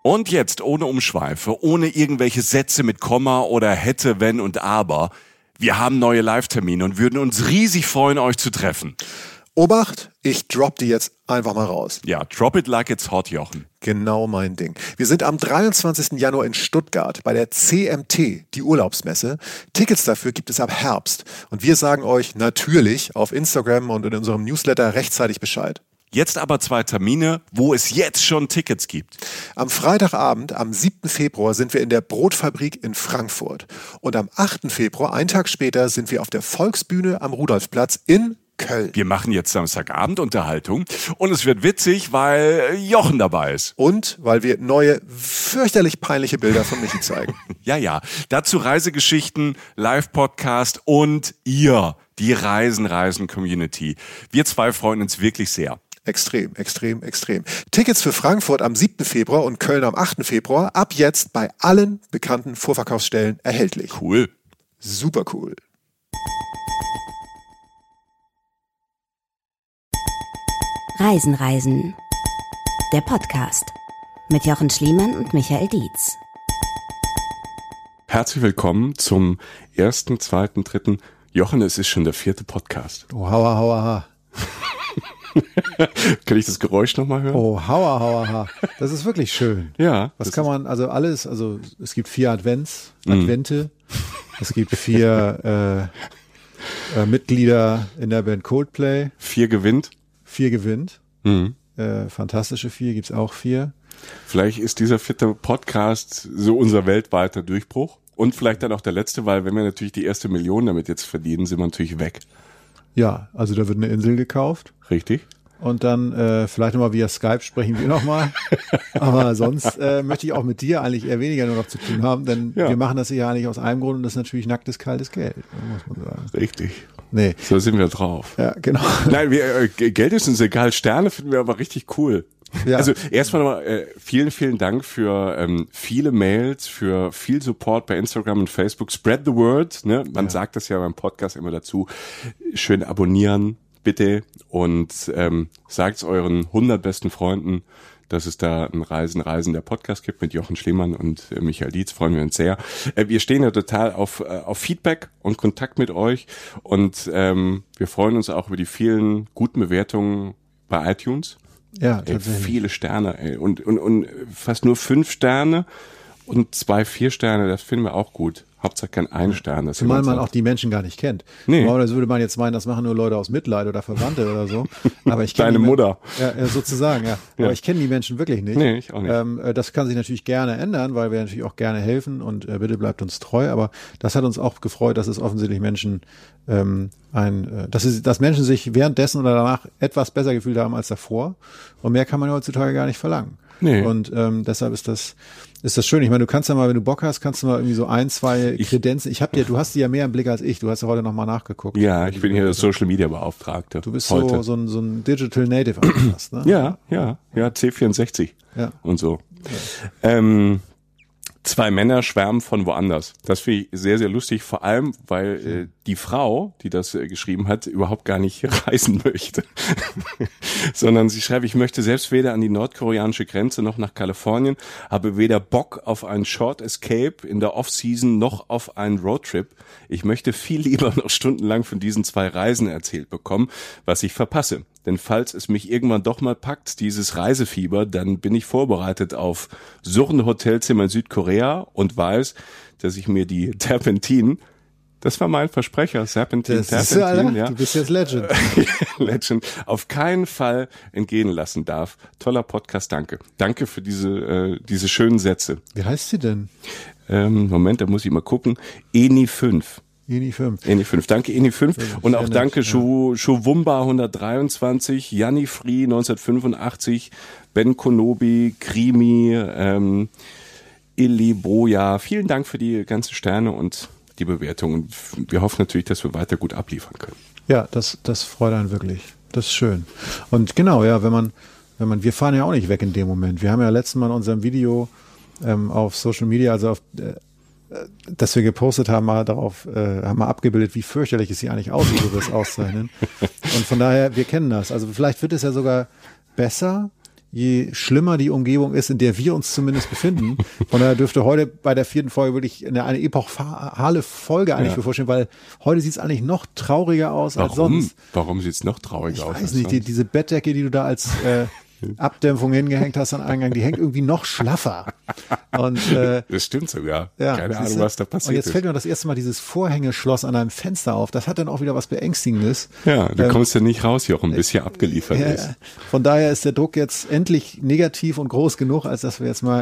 Und jetzt ohne Umschweife, ohne irgendwelche Sätze mit Komma oder hätte, wenn und aber. Wir haben neue Live-Termine und würden uns riesig freuen, euch zu treffen. Obacht, ich drop die jetzt einfach mal raus. Ja, drop it like it's hot, Jochen. Genau mein Ding. Wir sind am 23. Januar in Stuttgart bei der CMT, die Urlaubsmesse. Tickets dafür gibt es ab Herbst. Und wir sagen euch natürlich auf Instagram und in unserem Newsletter rechtzeitig Bescheid. Jetzt aber 2 Termine, wo es jetzt schon Tickets gibt. Am Freitagabend, am 7. Februar, sind wir in der Brotfabrik in Frankfurt. Und am 8. Februar, einen Tag später, sind wir auf der Volksbühne am Rudolfplatz in Köln. Wir machen jetzt Samstagabend Unterhaltung und es wird witzig, weil Jochen dabei ist. Und weil wir neue, fürchterlich peinliche Bilder von Michi zeigen. Ja. Dazu Reisegeschichten, Live-Podcast und ihr, die Reisen-Community. Wir 2 freuen uns wirklich sehr. Extrem. Tickets für Frankfurt am 7. Februar und Köln am 8. Februar ab jetzt bei allen bekannten Vorverkaufsstellen erhältlich. Cool. Super cool. Reisen. Der Podcast mit Jochen Schliemann und Michael Dietz. Herzlich willkommen zum 1., 2., 3. Jochen, es ist schon der 4. Podcast. Oh, hauaha. Kann ich das Geräusch nochmal hören? Oh, hauaha. Das ist wirklich schön. Ja. Was kann man, also es gibt 4 Advente. Es gibt 4 Mitglieder in der Band Coldplay. 4 gewinnt. 4 gewinnt. Mhm. Fantastische 4 gibt's auch 4. Vielleicht ist dieser 4. Podcast so unser weltweiter Durchbruch. Und vielleicht dann auch der letzte, weil wenn wir natürlich die erste Million damit jetzt verdienen, sind wir natürlich weg. Ja, also da wird eine Insel gekauft. Richtig. Und dann vielleicht nochmal via Skype sprechen wir nochmal. Aber sonst möchte ich auch mit dir eigentlich eher weniger nur noch zu tun haben, denn wir machen das ja eigentlich aus einem Grund und das ist natürlich nacktes, kaltes Geld, muss man sagen. Richtig. Nee. So sind wir drauf. Ja, genau. Nein, Geld ist uns egal. Sterne finden wir aber richtig cool. Ja. Also erstmal nochmal vielen Dank für viele Mails, für viel Support bei Instagram und Facebook. Spread the word. Ne? Man sagt das ja beim Podcast immer dazu. Schön abonnieren, bitte. Und sagt es euren 100 besten Freunden, dass es da ein Reisen, der Podcast gibt mit Jochen Schliemann und Michael Dietz. Freuen wir uns sehr. Wir stehen ja total auf Feedback und Kontakt mit euch. Und wir freuen uns auch über die vielen guten Bewertungen bei iTunes. Ja, tatsächlich. Viele Sterne, und fast nur 5 Sterne und 2 4-Sterne, das finden wir auch gut. Hauptsache kein 1 Stern. Zumal man auch die Menschen gar nicht kennt. Nee. Oder würde man jetzt meinen, das machen nur Leute aus Mitleid oder Verwandte oder so. Aber ich kenne Deine Mutter. Ja, sozusagen, ja. Aber ich kenne die Menschen wirklich nicht. Nee, ich auch nicht. Das kann sich natürlich gerne ändern, weil wir natürlich auch gerne helfen und bitte bleibt uns treu. Aber das hat uns auch gefreut, dass es offensichtlich Menschen dass Menschen sich währenddessen oder danach etwas besser gefühlt haben als davor. Und mehr kann man heutzutage gar nicht verlangen. Nee. Und deshalb ist das schön. Ich meine, du kannst ja mal, wenn du Bock hast, kannst du mal irgendwie so 1, 2 Kredenzen. Du hast die ja mehr im Blick als ich. Du hast ja heute nochmal nachgeguckt. Ja, ich bin hier der Social Media Beauftragte. Du bist heute. so ein Digital Native angepasst, ne? Ja, C64 und so. Ja. 2 Männer schwärmen von woanders. Das finde ich sehr, sehr lustig, vor allem, weil die Frau, die das geschrieben hat, überhaupt gar nicht reisen möchte. Sondern sie schreibt, ich möchte selbst weder an die nordkoreanische Grenze noch nach Kalifornien, habe weder Bock auf einen Short Escape in der Off-Season noch auf einen Roadtrip. Ich möchte viel lieber noch stundenlang von diesen 2 Reisen erzählt bekommen, was ich verpasse. Denn falls es mich irgendwann doch mal packt, dieses Reisefieber, dann bin ich vorbereitet auf surrende Hotelzimmer in Südkorea und weiß, dass ich mir die Terpentin, das war mein Versprecher, Terpentin, ja. Du bist jetzt Legend. Legend, auf keinen Fall entgehen lassen darf. Toller Podcast, danke. Danke für diese schönen Sätze. Wie heißt sie denn? Moment, da muss ich mal gucken. Eni 5. Eni 5. Danke Eni 5 und auch danke Shuwumba 123, Janni Free 1985, Ben Konobi, Krimi, Illy Boja. Vielen Dank für die ganzen Sterne und die Bewertungen. Wir hoffen natürlich, dass wir weiter gut abliefern können. Ja, das freut einen wirklich. Das ist schön. Und genau, ja, wir fahren ja auch nicht weg in dem Moment. Wir haben ja letztes Mal in unserem Video auf Social Media, also auf das wir gepostet haben, haben wir abgebildet, wie fürchterlich es hier eigentlich aussieht, wo wir es auszeichnen. Und von daher, wir kennen das. Also vielleicht wird es ja sogar besser, je schlimmer die Umgebung ist, in der wir uns zumindest befinden. Von daher dürfte heute bei der 4. Folge wirklich eine epochale Folge eigentlich vorstellen, weil heute sieht es eigentlich noch trauriger aus als sonst. Warum sieht es noch trauriger aus? Ich weiß nicht, diese Bettdecke, die du da als Abdämpfung hingehängt hast an Eingang, die hängt irgendwie noch schlaffer. Und, das stimmt sogar. Ja, keine Ahnung, was da passiert ist. Und jetzt fällt mir das erste Mal dieses Vorhängeschloss an einem Fenster auf. Das hat dann auch wieder was Beängstigendes. Ja, du kommst ja nicht raus, Jochen, bis hier abgeliefert ist. Von daher ist der Druck jetzt endlich negativ und groß genug, als dass wir jetzt mal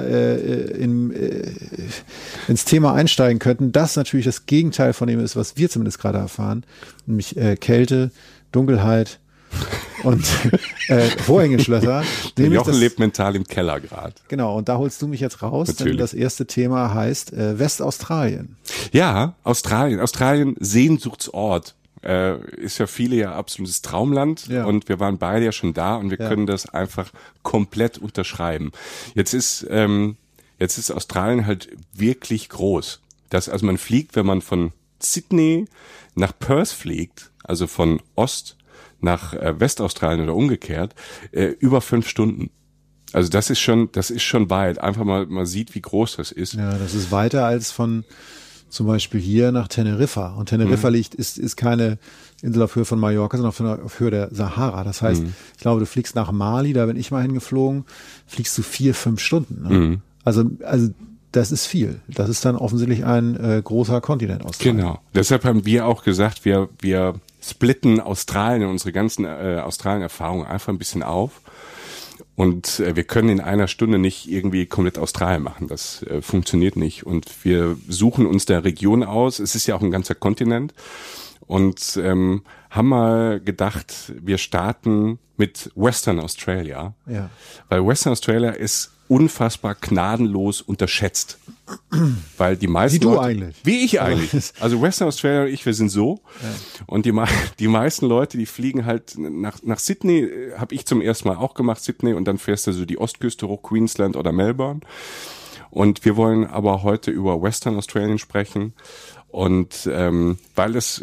ins Thema einsteigen könnten. Das natürlich das Gegenteil von dem ist, was wir zumindest gerade erfahren. Nämlich Kälte, Dunkelheit, und Vorhängeschlösser. Der Jochen lebt mental im Keller gerade. Genau, und da holst du mich jetzt raus, Natürlich. Denn das erste Thema heißt Westaustralien. Ja, Australien, Sehnsuchtsort. Ist ja viele ja absolutes Traumland und wir waren beide ja schon da und wir können das einfach komplett unterschreiben. Jetzt ist Australien halt wirklich groß. Also man fliegt, wenn man von Sydney nach Perth fliegt, also von Ost nach Westaustralien oder umgekehrt, über 5 Stunden. Also das ist schon weit. Einfach mal sieht, wie groß das ist. Ja, das ist weiter als von zum Beispiel hier nach Teneriffa. Und Teneriffa ist keine Insel auf Höhe von Mallorca, sondern auf Höhe der Sahara. Das heißt, ich glaube, du fliegst nach Mali, da bin ich mal hingeflogen, fliegst du 4-5 Stunden. Ne? Also das ist viel. Das ist dann offensichtlich ein großer Kontinent Australien. Genau. Deshalb haben wir auch gesagt, wir splitten Australien, unsere ganzen Australien-Erfahrungen einfach ein bisschen auf. Und wir können in einer Stunde nicht irgendwie komplett Australien machen. Das funktioniert nicht. Und wir suchen uns der Region aus. Es ist ja auch ein ganzer Kontinent. Und haben mal gedacht, wir starten mit Western Australia. Ja. Weil Western Australia ist unfassbar gnadenlos unterschätzt. Weil die meisten Wie du Leute, eigentlich. Wie ich eigentlich. Also Western Australia und ich, wir sind so. Ja. Und die meisten Leute, die fliegen halt nach Sydney, habe ich zum ersten Mal auch gemacht, Sydney, und dann fährst du so die Ostküste hoch, Queensland oder Melbourne. Und wir wollen aber heute über Western Australien sprechen. Und weil es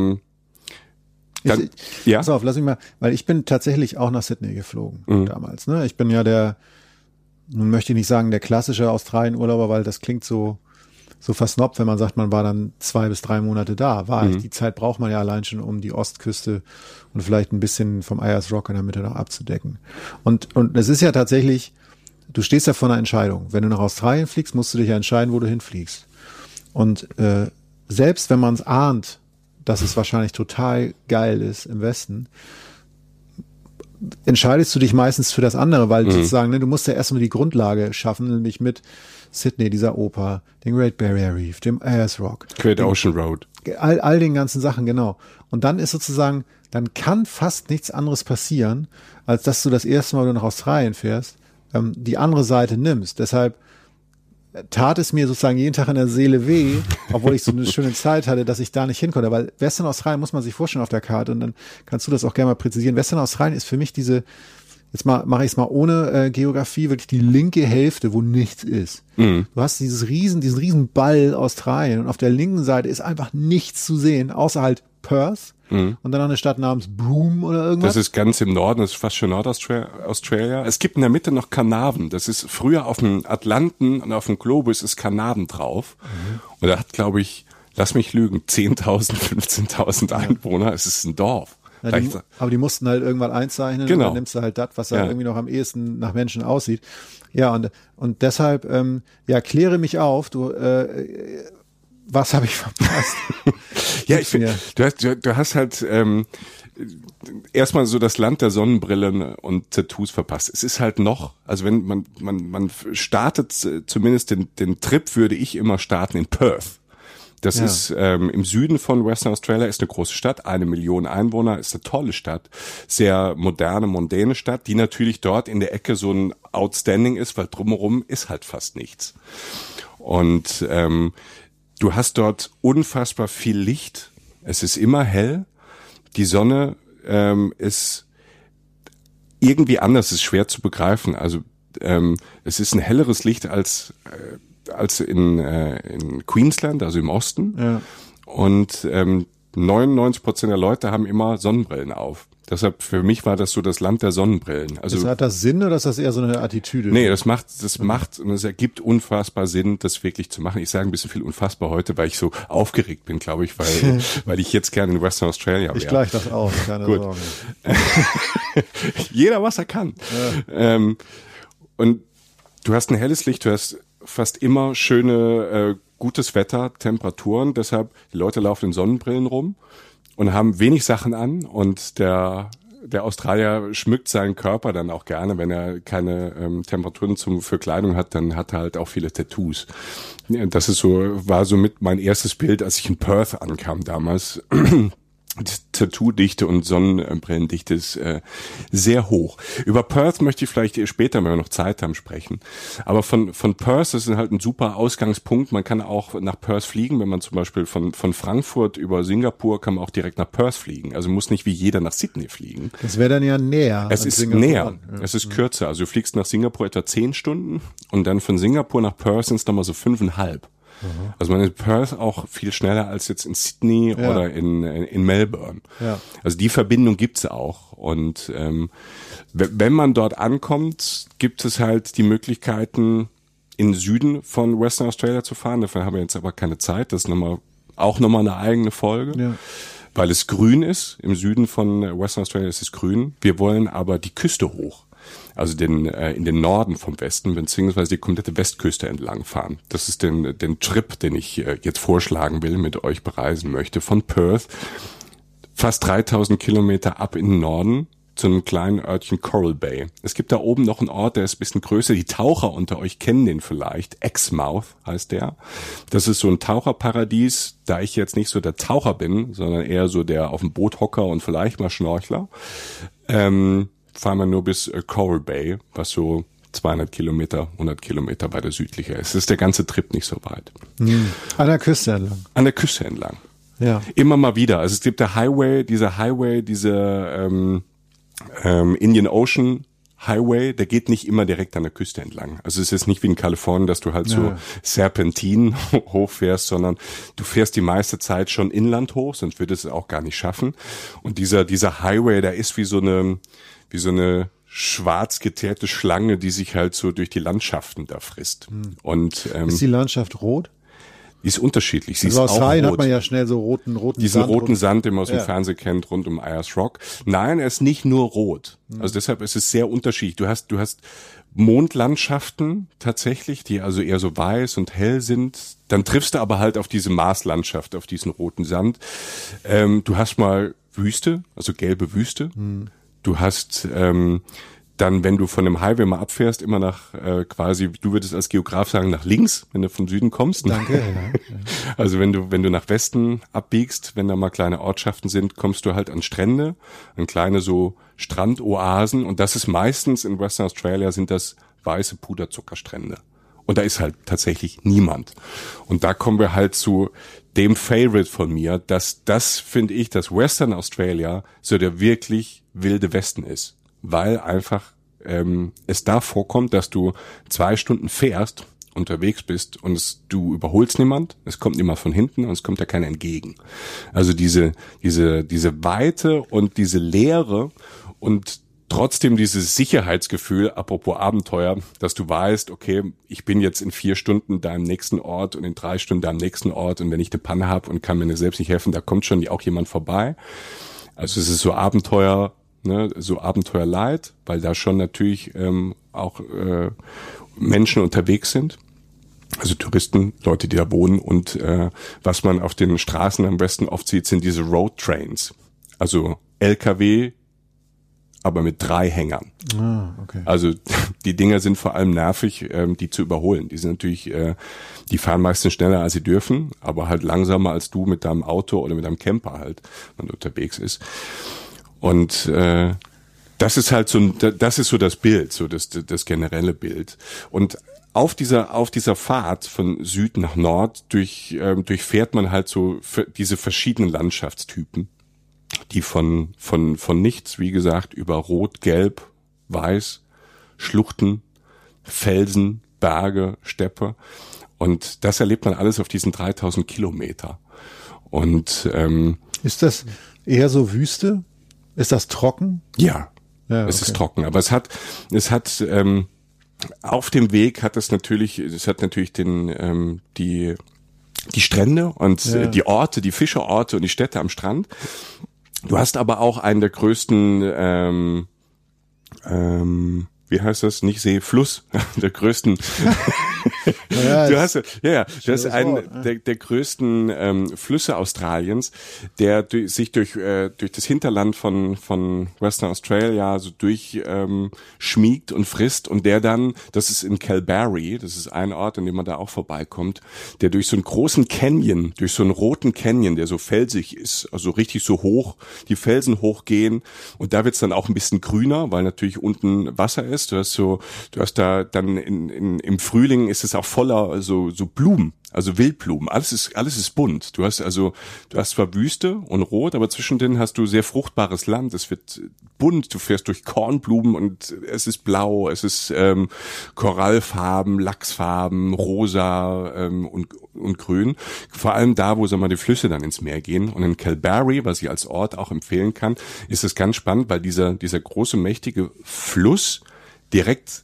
Pass auf, lass mich mal, weil ich bin tatsächlich auch nach Sydney geflogen damals. Ne? Ich bin ja nun möchte ich nicht sagen der klassische Australien-Urlauber, weil das klingt so versnobbt, wenn man sagt, man war dann 2 bis 3 Monate da. Die Zeit braucht man ja allein schon, um die Ostküste und vielleicht ein bisschen vom Ayers Rock in der Mitte noch abzudecken. Und es ist ja tatsächlich, du stehst ja vor einer Entscheidung. Wenn du nach Australien fliegst, musst du dich ja entscheiden, wo du hinfliegst. Und selbst wenn man es ahnt, dass es wahrscheinlich total geil ist im Westen, entscheidest du dich meistens für das andere, weil sozusagen, ne, du musst ja erstmal die Grundlage schaffen, nämlich mit Sydney, dieser Oper, den Great Barrier Reef, dem Ayers Rock. Great Ocean Road. All den ganzen Sachen, genau. Und dann ist sozusagen, dann kann fast nichts anderes passieren, als dass du das erste Mal, wenn du nach Australien fährst, die andere Seite nimmst. Deshalb tat es mir sozusagen jeden Tag in der Seele weh, obwohl ich so eine schöne Zeit hatte, dass ich da nicht hin konnte. Weil Western Australien muss man sich vorstellen auf der Karte und dann kannst du das auch gerne mal präzisieren. Western Australien ist für mich jetzt mache ich es mal ohne Geografie, wirklich die linke Hälfte, wo nichts ist. Du hast diesen riesen Ball Australien und auf der linken Seite ist einfach nichts zu sehen, außer halt Perth. Und dann noch eine Stadt namens Broome oder irgendwas. Das ist ganz im Norden, das ist fast schon Nordaustralia. Es gibt in der Mitte noch Carnarvon. Das ist früher auf dem Atlanten und auf dem Globus ist Carnarvon drauf. Und da hat, glaube ich, lass mich lügen, 10.000, 15.000 Einwohner. Es ist ein Dorf. Ja, aber die mussten halt irgendwann einzeichnen und dann nimmst du halt das, was da irgendwie noch am ehesten nach Menschen aussieht. Ja, und deshalb, kläre mich auf, was habe ich verpasst? Ja, ich finde, du hast halt erstmal so das Land der Sonnenbrillen und Tattoos verpasst. Es ist halt noch, also wenn man startet, zumindest den Trip würde ich immer starten in Perth. Das ist im Süden von Western Australia, ist eine große Stadt, 1 Million Einwohner, ist eine tolle Stadt, sehr moderne, mondäne Stadt, die natürlich dort in der Ecke so ein Outstanding ist, weil drumherum ist halt fast nichts. Und du hast dort unfassbar viel Licht. Es ist immer hell. Die Sonne ist irgendwie anders, ist schwer zu begreifen. Also es ist ein helleres Licht als in Queensland, also im Osten. Ja. Und 99% der Leute haben immer Sonnenbrillen auf. Deshalb, für mich war das so das Land der Sonnenbrillen. Also, hat das Sinn oder ist das eher so eine Attitüde? Nee, das macht und es ergibt unfassbar Sinn, das wirklich zu machen. Ich sage ein bisschen viel unfassbar heute, weil ich so aufgeregt bin, glaube ich, weil ich jetzt gerne in Western Australia wäre. Ich gleich das aus, keine Sorge. Jeder, was er kann. Ja. Und du hast ein helles Licht, du hast fast immer schöne, gutes Wetter, Temperaturen. Deshalb, die Leute laufen in Sonnenbrillen rum und haben wenig Sachen an. Und der Australier schmückt seinen Körper dann auch gerne. Wenn er keine Temperaturen für Kleidung hat, dann hat er halt auch viele Tattoos. Das war somit mein erstes Bild, als ich in Perth ankam damals. Tattoo-Dichte und Sonnenbrillendichte ist sehr hoch. Über Perth möchte ich vielleicht später, wenn wir noch Zeit haben, sprechen. Aber von Perth, das ist halt ein super Ausgangspunkt. Man kann auch nach Perth fliegen, wenn man zum Beispiel von Frankfurt über Singapur kann man auch direkt nach Perth fliegen. Also muss nicht wie jeder nach Sydney fliegen. Das wäre dann ja näher. Es ist näher. Ja. Es ist kürzer. Also du fliegst nach Singapur etwa 10 Stunden und dann von Singapur nach Perth sind es nochmal so 5,5. Also man ist in Perth auch viel schneller als jetzt in Sydney oder in Melbourne. Ja. Also die Verbindung gibt's auch. Und wenn man dort ankommt, gibt es halt die Möglichkeiten, in den Süden von Western Australia zu fahren. Dafür haben wir jetzt aber keine Zeit. Das ist auch nochmal eine eigene Folge. Ja. Weil es grün ist. Im Süden von Western Australia ist es grün. Wir wollen aber die Küste hoch. Also in den Norden vom Westen, beziehungsweise die komplette Westküste entlang fahren. Das ist den Trip, den ich jetzt vorschlagen will, mit euch bereisen möchte. Von Perth fast 3000 Kilometer ab in den Norden zu einem kleinen Örtchen Coral Bay. Es gibt da oben noch einen Ort, der ist ein bisschen größer. Die Taucher unter euch kennen den vielleicht. Exmouth heißt der. Das ist so ein Taucherparadies. Da ich jetzt nicht so der Taucher bin, sondern eher so der auf dem Boot Hocker und vielleicht mal Schnorchler, fahren wir nur bis Coral Bay, was so 200 Kilometer, 100 Kilometer weiter südlicher ist. Es ist der ganze Trip nicht so weit. An der Küste entlang. An der Küste entlang. Ja. Immer mal wieder. Also es gibt dieser Indian Ocean Highway, der geht nicht immer direkt an der Küste entlang. Also es ist nicht wie in Kalifornien, dass du halt so Serpentinen hochfährst, sondern du fährst die meiste Zeit schon inland hoch, sonst würdest du es auch gar nicht schaffen. Und dieser Highway, der ist wie so eine schwarz geteerte Schlange, die sich halt so durch die Landschaften da frisst. Und ist die Landschaft rot? Die ist unterschiedlich. Sie also ist Australien auch rot. Hat man ja schnell so roten diesen Sand. Roten Sand, den man aus dem Fernsehen kennt, rund um Ayers Rock. Nein, er ist nicht nur rot. Also deshalb ist es sehr unterschiedlich. Du hast Mondlandschaften tatsächlich, die also eher so weiß und hell sind. Dann triffst du aber halt auf diese Marslandschaft, auf diesen roten Sand. Du hast mal Wüste, also gelbe Wüste. Du hast dann, wenn du von dem Highway mal abfährst, immer nach quasi, du würdest als Geograf sagen, nach links, wenn du vom Süden kommst. Danke. Also wenn du nach Westen abbiegst, wenn da mal kleine Ortschaften sind, kommst du halt an Strände, an kleine so Strandoasen. Und das ist meistens in Western Australia sind das weiße Puderzuckerstrände. Und da ist halt tatsächlich niemand. Und da kommen wir halt zu dem Favorite von mir, dass das, finde ich, dass Western Australia so der wirklich wilde Westen ist. Weil einfach es da vorkommt, dass du 2 Stunden fährst, unterwegs bist und du überholst niemand, es kommt niemand von hinten und es kommt ja keiner entgegen. Also diese Weite und diese Leere und trotzdem dieses Sicherheitsgefühl, apropos Abenteuer, dass du weißt, okay, ich bin jetzt in 4 Stunden da im nächsten Ort und in 3 Stunden da im nächsten Ort und wenn ich eine Panne habe und kann mir selbst nicht helfen, da kommt schon auch jemand vorbei. Also es ist so Abenteuer, so Abenteuerlight, weil da schon natürlich auch Menschen unterwegs sind, also Touristen, Leute, die da wohnen und was man auf den Straßen am besten oft sieht, sind diese Road Trains, also LKW, aber mit 3 Hängern. Okay. Also die Dinger sind vor allem nervig, die zu überholen. Die sind natürlich, die fahren meistens schneller, als sie dürfen, aber halt langsamer als du mit deinem Auto oder mit deinem Camper halt, wenn du unterwegs ist. Und das ist halt das ist so das Bild, so das generelle Bild. Und auf dieser Fahrt von Süd nach Nord durchfährt man halt so diese verschiedenen Landschaftstypen, die von nichts, wie gesagt, über Rot, Gelb, Weiß, Schluchten, Felsen, Berge, Steppe. Und das erlebt man alles auf diesen 3000 Kilometer. Und ist das eher so Wüste? Ist das trocken? Ja, Ja, es okay. ist trocken, aber es hat auf dem Weg hat es natürlich die Strände und die Orte, die Fischerorte und die Städte am Strand. Du hast aber auch einen der größten wie heißt das? Nicht See, Fluss, der größten. Du hast einen der größten Flüsse Australiens, der sich durch das Hinterland von Western Australia so schmiegt und frisst und der dann, das ist in Kalbarri, das ist ein Ort, an dem man da auch vorbeikommt, der durch so einen großen Canyon, durch so einen roten Canyon, der so felsig ist, also richtig so hoch, die Felsen hochgehen und da wird's dann auch ein bisschen grüner, weil natürlich unten Wasser ist. Du hast da dann im Frühling ist es auch voller so Blumen, also Wildblumen. Alles ist bunt. Du hast zwar Wüste und Rot, aber zwischendrin hast du sehr fruchtbares Land. Es wird bunt. Du fährst durch Kornblumen und es ist blau, es ist Korallfarben, Lachsfarben, rosa und grün. Vor allem da, wo die Flüsse dann ins Meer gehen. Und in Kalbarri, was ich als Ort auch empfehlen kann, ist es ganz spannend, weil dieser große mächtige Fluss direkt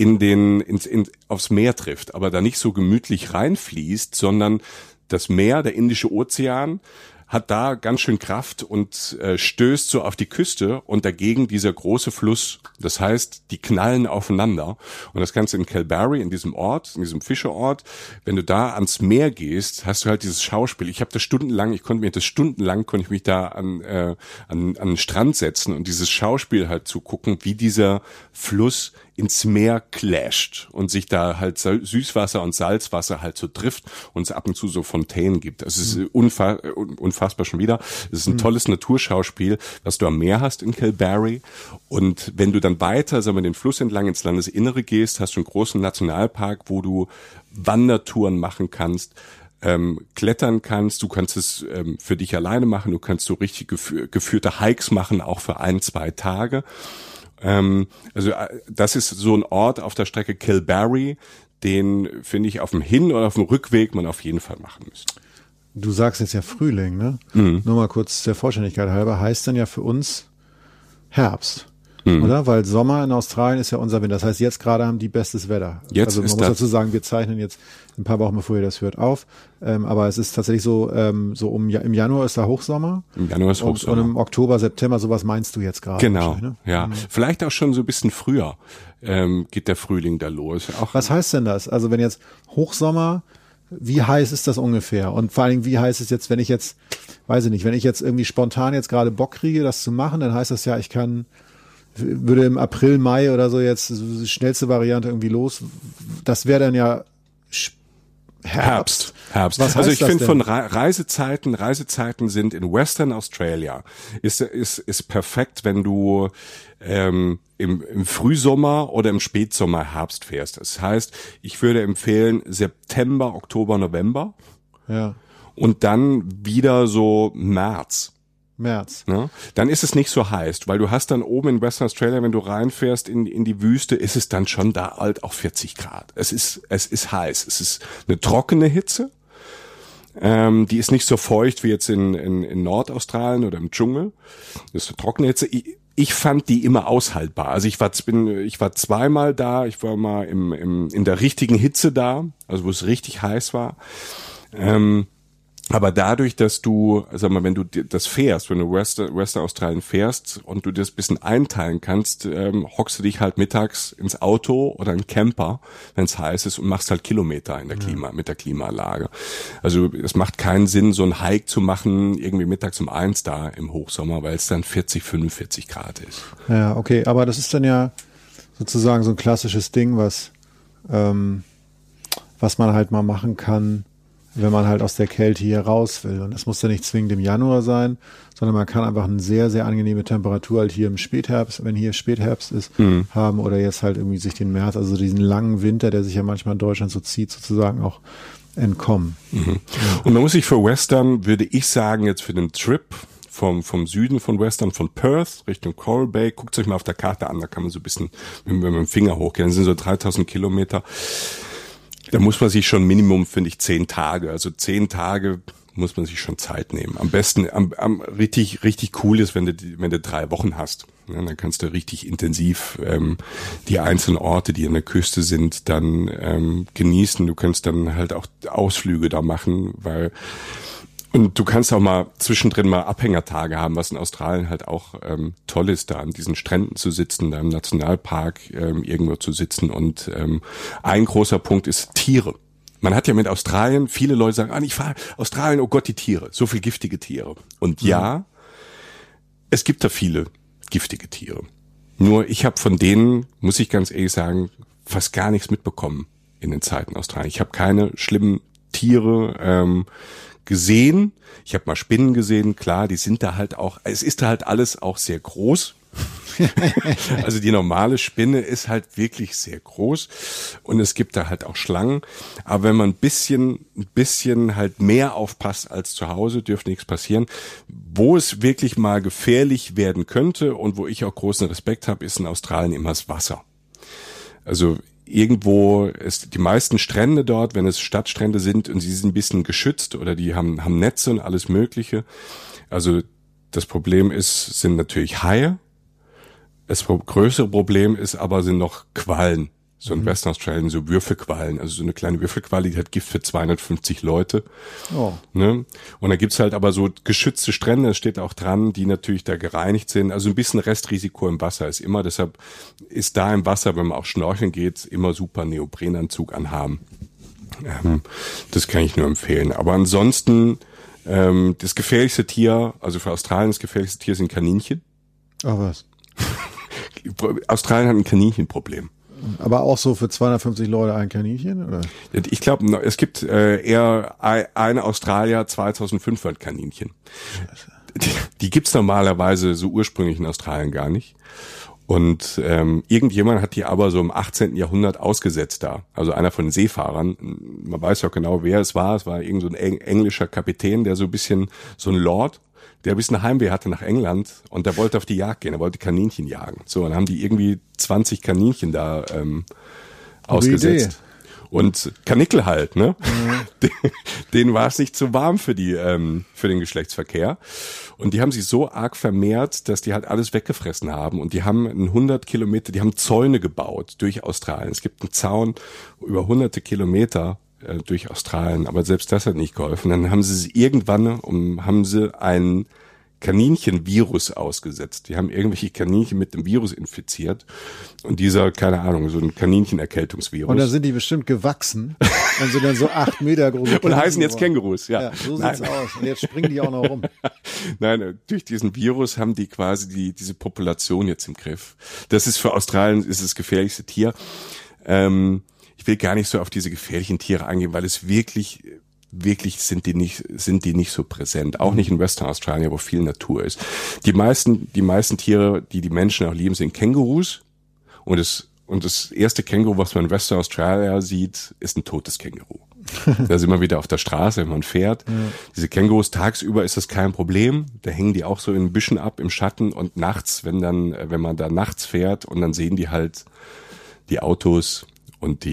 aufs Meer trifft, aber da nicht so gemütlich reinfließt, sondern das Meer, der Indische Ozean, hat da ganz schön Kraft und stößt so auf die Küste und dagegen dieser große Fluss. Das heißt, die knallen aufeinander. Und das Ganze in Kalbarri, in diesem Fischerort, wenn du da ans Meer gehst, hast du halt dieses Schauspiel. Ich konnte mich da an den Strand setzen und dieses Schauspiel halt zugucken, wie dieser Fluss ins Meer clasht und sich da halt Süßwasser und Salzwasser halt so trifft und es ab und zu so Fontänen gibt. Also es ist unfassbar schon wieder. Es ist ein tolles Naturschauspiel, was du am Meer hast in Kalbarri. Und wenn du dann weiter, den Fluss entlang ins Landesinnere gehst, hast du einen großen Nationalpark, wo du Wandertouren machen kannst, klettern kannst, du kannst es für dich alleine machen, du kannst so richtig geführte Hikes machen, auch für 1-2 Tage. Also das ist so ein Ort auf der Strecke Kalbarri, den finde ich auf dem Hin- oder auf dem Rückweg man auf jeden Fall machen müsste. Du sagst jetzt ja Frühling, ne? Nur mal kurz der Vollständigkeit halber, heißt dann ja für uns Herbst, oder? Weil Sommer in Australien ist ja unser Winter. Das heißt, jetzt gerade haben die bestes Wetter. Jetzt also man ist muss dazu sagen, wir zeichnen jetzt ein paar Wochen, bevor ihr das hört, auf. Aber es ist tatsächlich so, im Januar ist da Hochsommer. Im Januar ist Hochsommer. Und im Oktober, September, sowas meinst du jetzt gerade. Genau, Ne? ja. Vielleicht auch schon so ein bisschen früher geht der Frühling da los. Was heißt denn das? Also wenn jetzt Hochsommer, wie heiß ist das ungefähr? Und vor allen Dingen, wie heiß ist jetzt, wenn ich jetzt irgendwie spontan jetzt gerade Bock kriege, das zu machen, dann heißt das ja, würde im April, Mai oder so jetzt die schnellste Variante irgendwie los. Das wäre dann ja Herbst. Was heißt also ich finde von Reisezeiten sind in Western Australia ist perfekt, wenn du im Frühsommer oder im Spätsommer Herbst fährst. Das heißt, ich würde empfehlen September, Oktober, November. Ja. Und dann wieder so März. Ne? Dann ist es nicht so heiß, weil du hast dann oben in Western Australia, wenn du reinfährst in die Wüste, ist es dann schon da halt auch 40 Grad. Es ist heiß. Es ist eine trockene Hitze. Die ist nicht so feucht wie jetzt in Nordaustralien oder im Dschungel. Das ist eine trockene Hitze. Ich fand die immer aushaltbar. Also ich war zweimal da. Ich war mal in der richtigen Hitze da, also wo es richtig heiß war. Aber dadurch, dass du, wenn du das fährst, wenn du Western Australien fährst und du das ein bisschen einteilen kannst, hockst du dich halt mittags ins Auto oder in einen Camper, wenn es heiß ist und machst halt Kilometer mit der Klimaanlage. Also es macht keinen Sinn, so einen Hike zu machen, irgendwie mittags um 1 da im Hochsommer, weil es dann 40, 45 Grad ist. Ja, okay, aber das ist dann ja sozusagen so ein klassisches Ding, was man halt mal machen kann, wenn man halt aus der Kälte hier raus will. Und das muss ja nicht zwingend im Januar sein, sondern man kann einfach eine sehr, sehr angenehme Temperatur halt hier im Spätherbst, wenn hier Spätherbst ist, haben oder jetzt halt irgendwie sich den März, also diesen langen Winter, der sich ja manchmal in Deutschland so zieht, sozusagen auch entkommen. Mhm. Ja. Und man muss sich für Western, würde ich sagen, jetzt für den Trip vom Süden von Western, von Perth Richtung Coral Bay, guckt euch mal auf der Karte an, da kann man so ein bisschen mit dem Finger hochgehen, das sind so 3000 Kilometer. Da muss man sich schon Minimum, finde ich, 10 Tage. Also 10 Tage muss man sich schon Zeit nehmen. Am besten, richtig cool ist, wenn du 3 Wochen hast. Ja, dann kannst du richtig intensiv die einzelnen Orte, die an der Küste sind, dann genießen. Du kannst dann halt auch Ausflüge da machen, und du kannst auch mal zwischendrin mal Abhängertage haben, was in Australien halt auch toll ist, da an diesen Stränden zu sitzen, da im Nationalpark irgendwo zu sitzen. Und ein großer Punkt ist Tiere. Man hat ja mit Australien, viele Leute sagen, ich fahre Australien, oh Gott, die Tiere, so viel giftige Tiere. Und ja, es gibt da viele giftige Tiere. Nur ich habe von denen, muss ich ganz ehrlich sagen, fast gar nichts mitbekommen in den Zeiten Australien. Ich habe keine schlimmen Tiere gesehen. Ich habe mal Spinnen gesehen, klar, die sind da halt auch, es ist da halt alles auch sehr groß. Also die normale Spinne ist halt wirklich sehr groß und es gibt da halt auch Schlangen. Aber wenn man ein bisschen halt mehr aufpasst als zu Hause, dürfte nichts passieren. Wo es wirklich mal gefährlich werden könnte und wo ich auch großen Respekt habe, ist in Australien immer das Wasser. Also irgendwo ist die meisten Strände dort, wenn es Stadtstrände sind und sie sind ein bisschen geschützt oder die haben Netze und alles Mögliche. Also das Problem sind natürlich Haie. Das größere Problem sind noch Quallen. So in Western Australien, so Würfelquallen. Also so eine kleine Würfelqualle, die hat Gift für 250 Leute. Oh. Ne? Und da gibt's halt aber so geschützte Strände, das steht auch dran, die natürlich da gereinigt sind. Also ein bisschen Restrisiko im Wasser ist immer. Deshalb ist da im Wasser, wenn man auch schnorcheln geht, immer super Neoprenanzug anhaben. Das kann ich nur empfehlen. Aber ansonsten, das gefährlichste Tier, also für Australien das gefährlichste Tier sind Kaninchen. Ach was. Australien hat ein Kaninchenproblem. Aber auch so für 250 Leute ein Kaninchen, oder? Ich glaube, es gibt eher eine Australier 2500 Kaninchen. Die gibt's normalerweise so ursprünglich in Australien gar nicht. Und irgendjemand hat die aber so im 18. Jahrhundert ausgesetzt da. Also einer von den Seefahrern. Man weiß ja auch genau, wer es war. Es war irgend so ein englischer Kapitän, der so ein bisschen, so ein Lord, der ein bisschen Heimweh hatte nach England und der wollte auf die Jagd gehen, er wollte Kaninchen jagen. So, und dann haben die irgendwie 20 Kaninchen da ausgesetzt. Und Kanickel halt, ne? Mhm. Denen war es nicht zu warm für den Geschlechtsverkehr. Und die haben sich so arg vermehrt, dass die halt alles weggefressen haben. Und die haben 100 Kilometer, die haben Zäune gebaut durch Australien. Es gibt einen Zaun über hunderte Kilometer durch Australien, aber selbst das hat nicht geholfen. Dann haben sie irgendwann einen Kaninchenvirus ausgesetzt. Die haben irgendwelche Kaninchen mit dem Virus infiziert und dieser, keine Ahnung, so ein Kaninchenerkältungsvirus. Und da sind die bestimmt gewachsen und sind dann so 8 Meter groß. Und heißen jetzt Kängurus, ja. Ja, so sieht's aus. Und jetzt springen die auch noch rum. Nein, durch diesen Virus haben die quasi diese Population jetzt im Griff. Das ist für Australien das gefährlichste Tier. Ich will gar nicht so auf diese gefährlichen Tiere eingehen, weil es wirklich sind die nicht so präsent. Auch nicht in Western Australien, wo viel Natur ist. Die meisten Tiere, die Menschen auch lieben, sind Kängurus. Und das erste Känguru, was man in Western Australia sieht, ist ein totes Känguru. Da sind wir wieder auf der Straße, wenn man fährt. Ja. Diese Kängurus, tagsüber ist das kein Problem. Da hängen die auch so in Büschen ab, im Schatten. Und nachts, wenn man da nachts fährt und dann sehen die halt die Autos und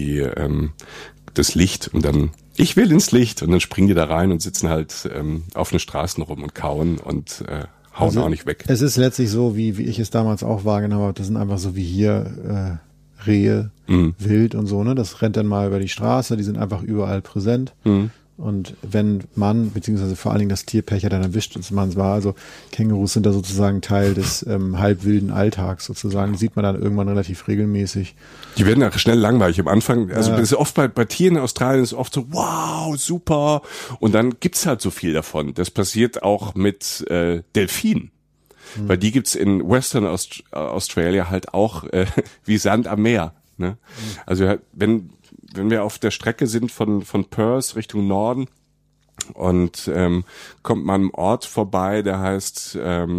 das Licht und dann, ich will ins Licht, und dann springen die da rein und sitzen halt auf den Straßen rum und kauen und hauen also auch nicht weg. Es ist letztlich so, wie ich es damals auch wahrgenommen habe, das sind einfach so wie hier Rehe, Wild und so, ne? Das rennt dann mal über die Straße, die sind einfach überall präsent. Und wenn man, beziehungsweise vor allen Dingen das Tierpärcher dann erwischt, dass man es war, also Kängurus sind da sozusagen Teil des halbwilden Alltags sozusagen, die sieht man dann irgendwann relativ regelmäßig. Die werden auch schnell langweilig am Anfang, also das ist oft bei Tieren in Australien ist oft so, wow, super, und dann gibt's halt so viel davon. Das passiert auch mit Delfinen. Weil die gibt's in Western Australia halt auch wie Sand am Meer. Ne? Also wenn wir auf der Strecke sind von Perth Richtung Norden und kommt man am Ort vorbei, der heißt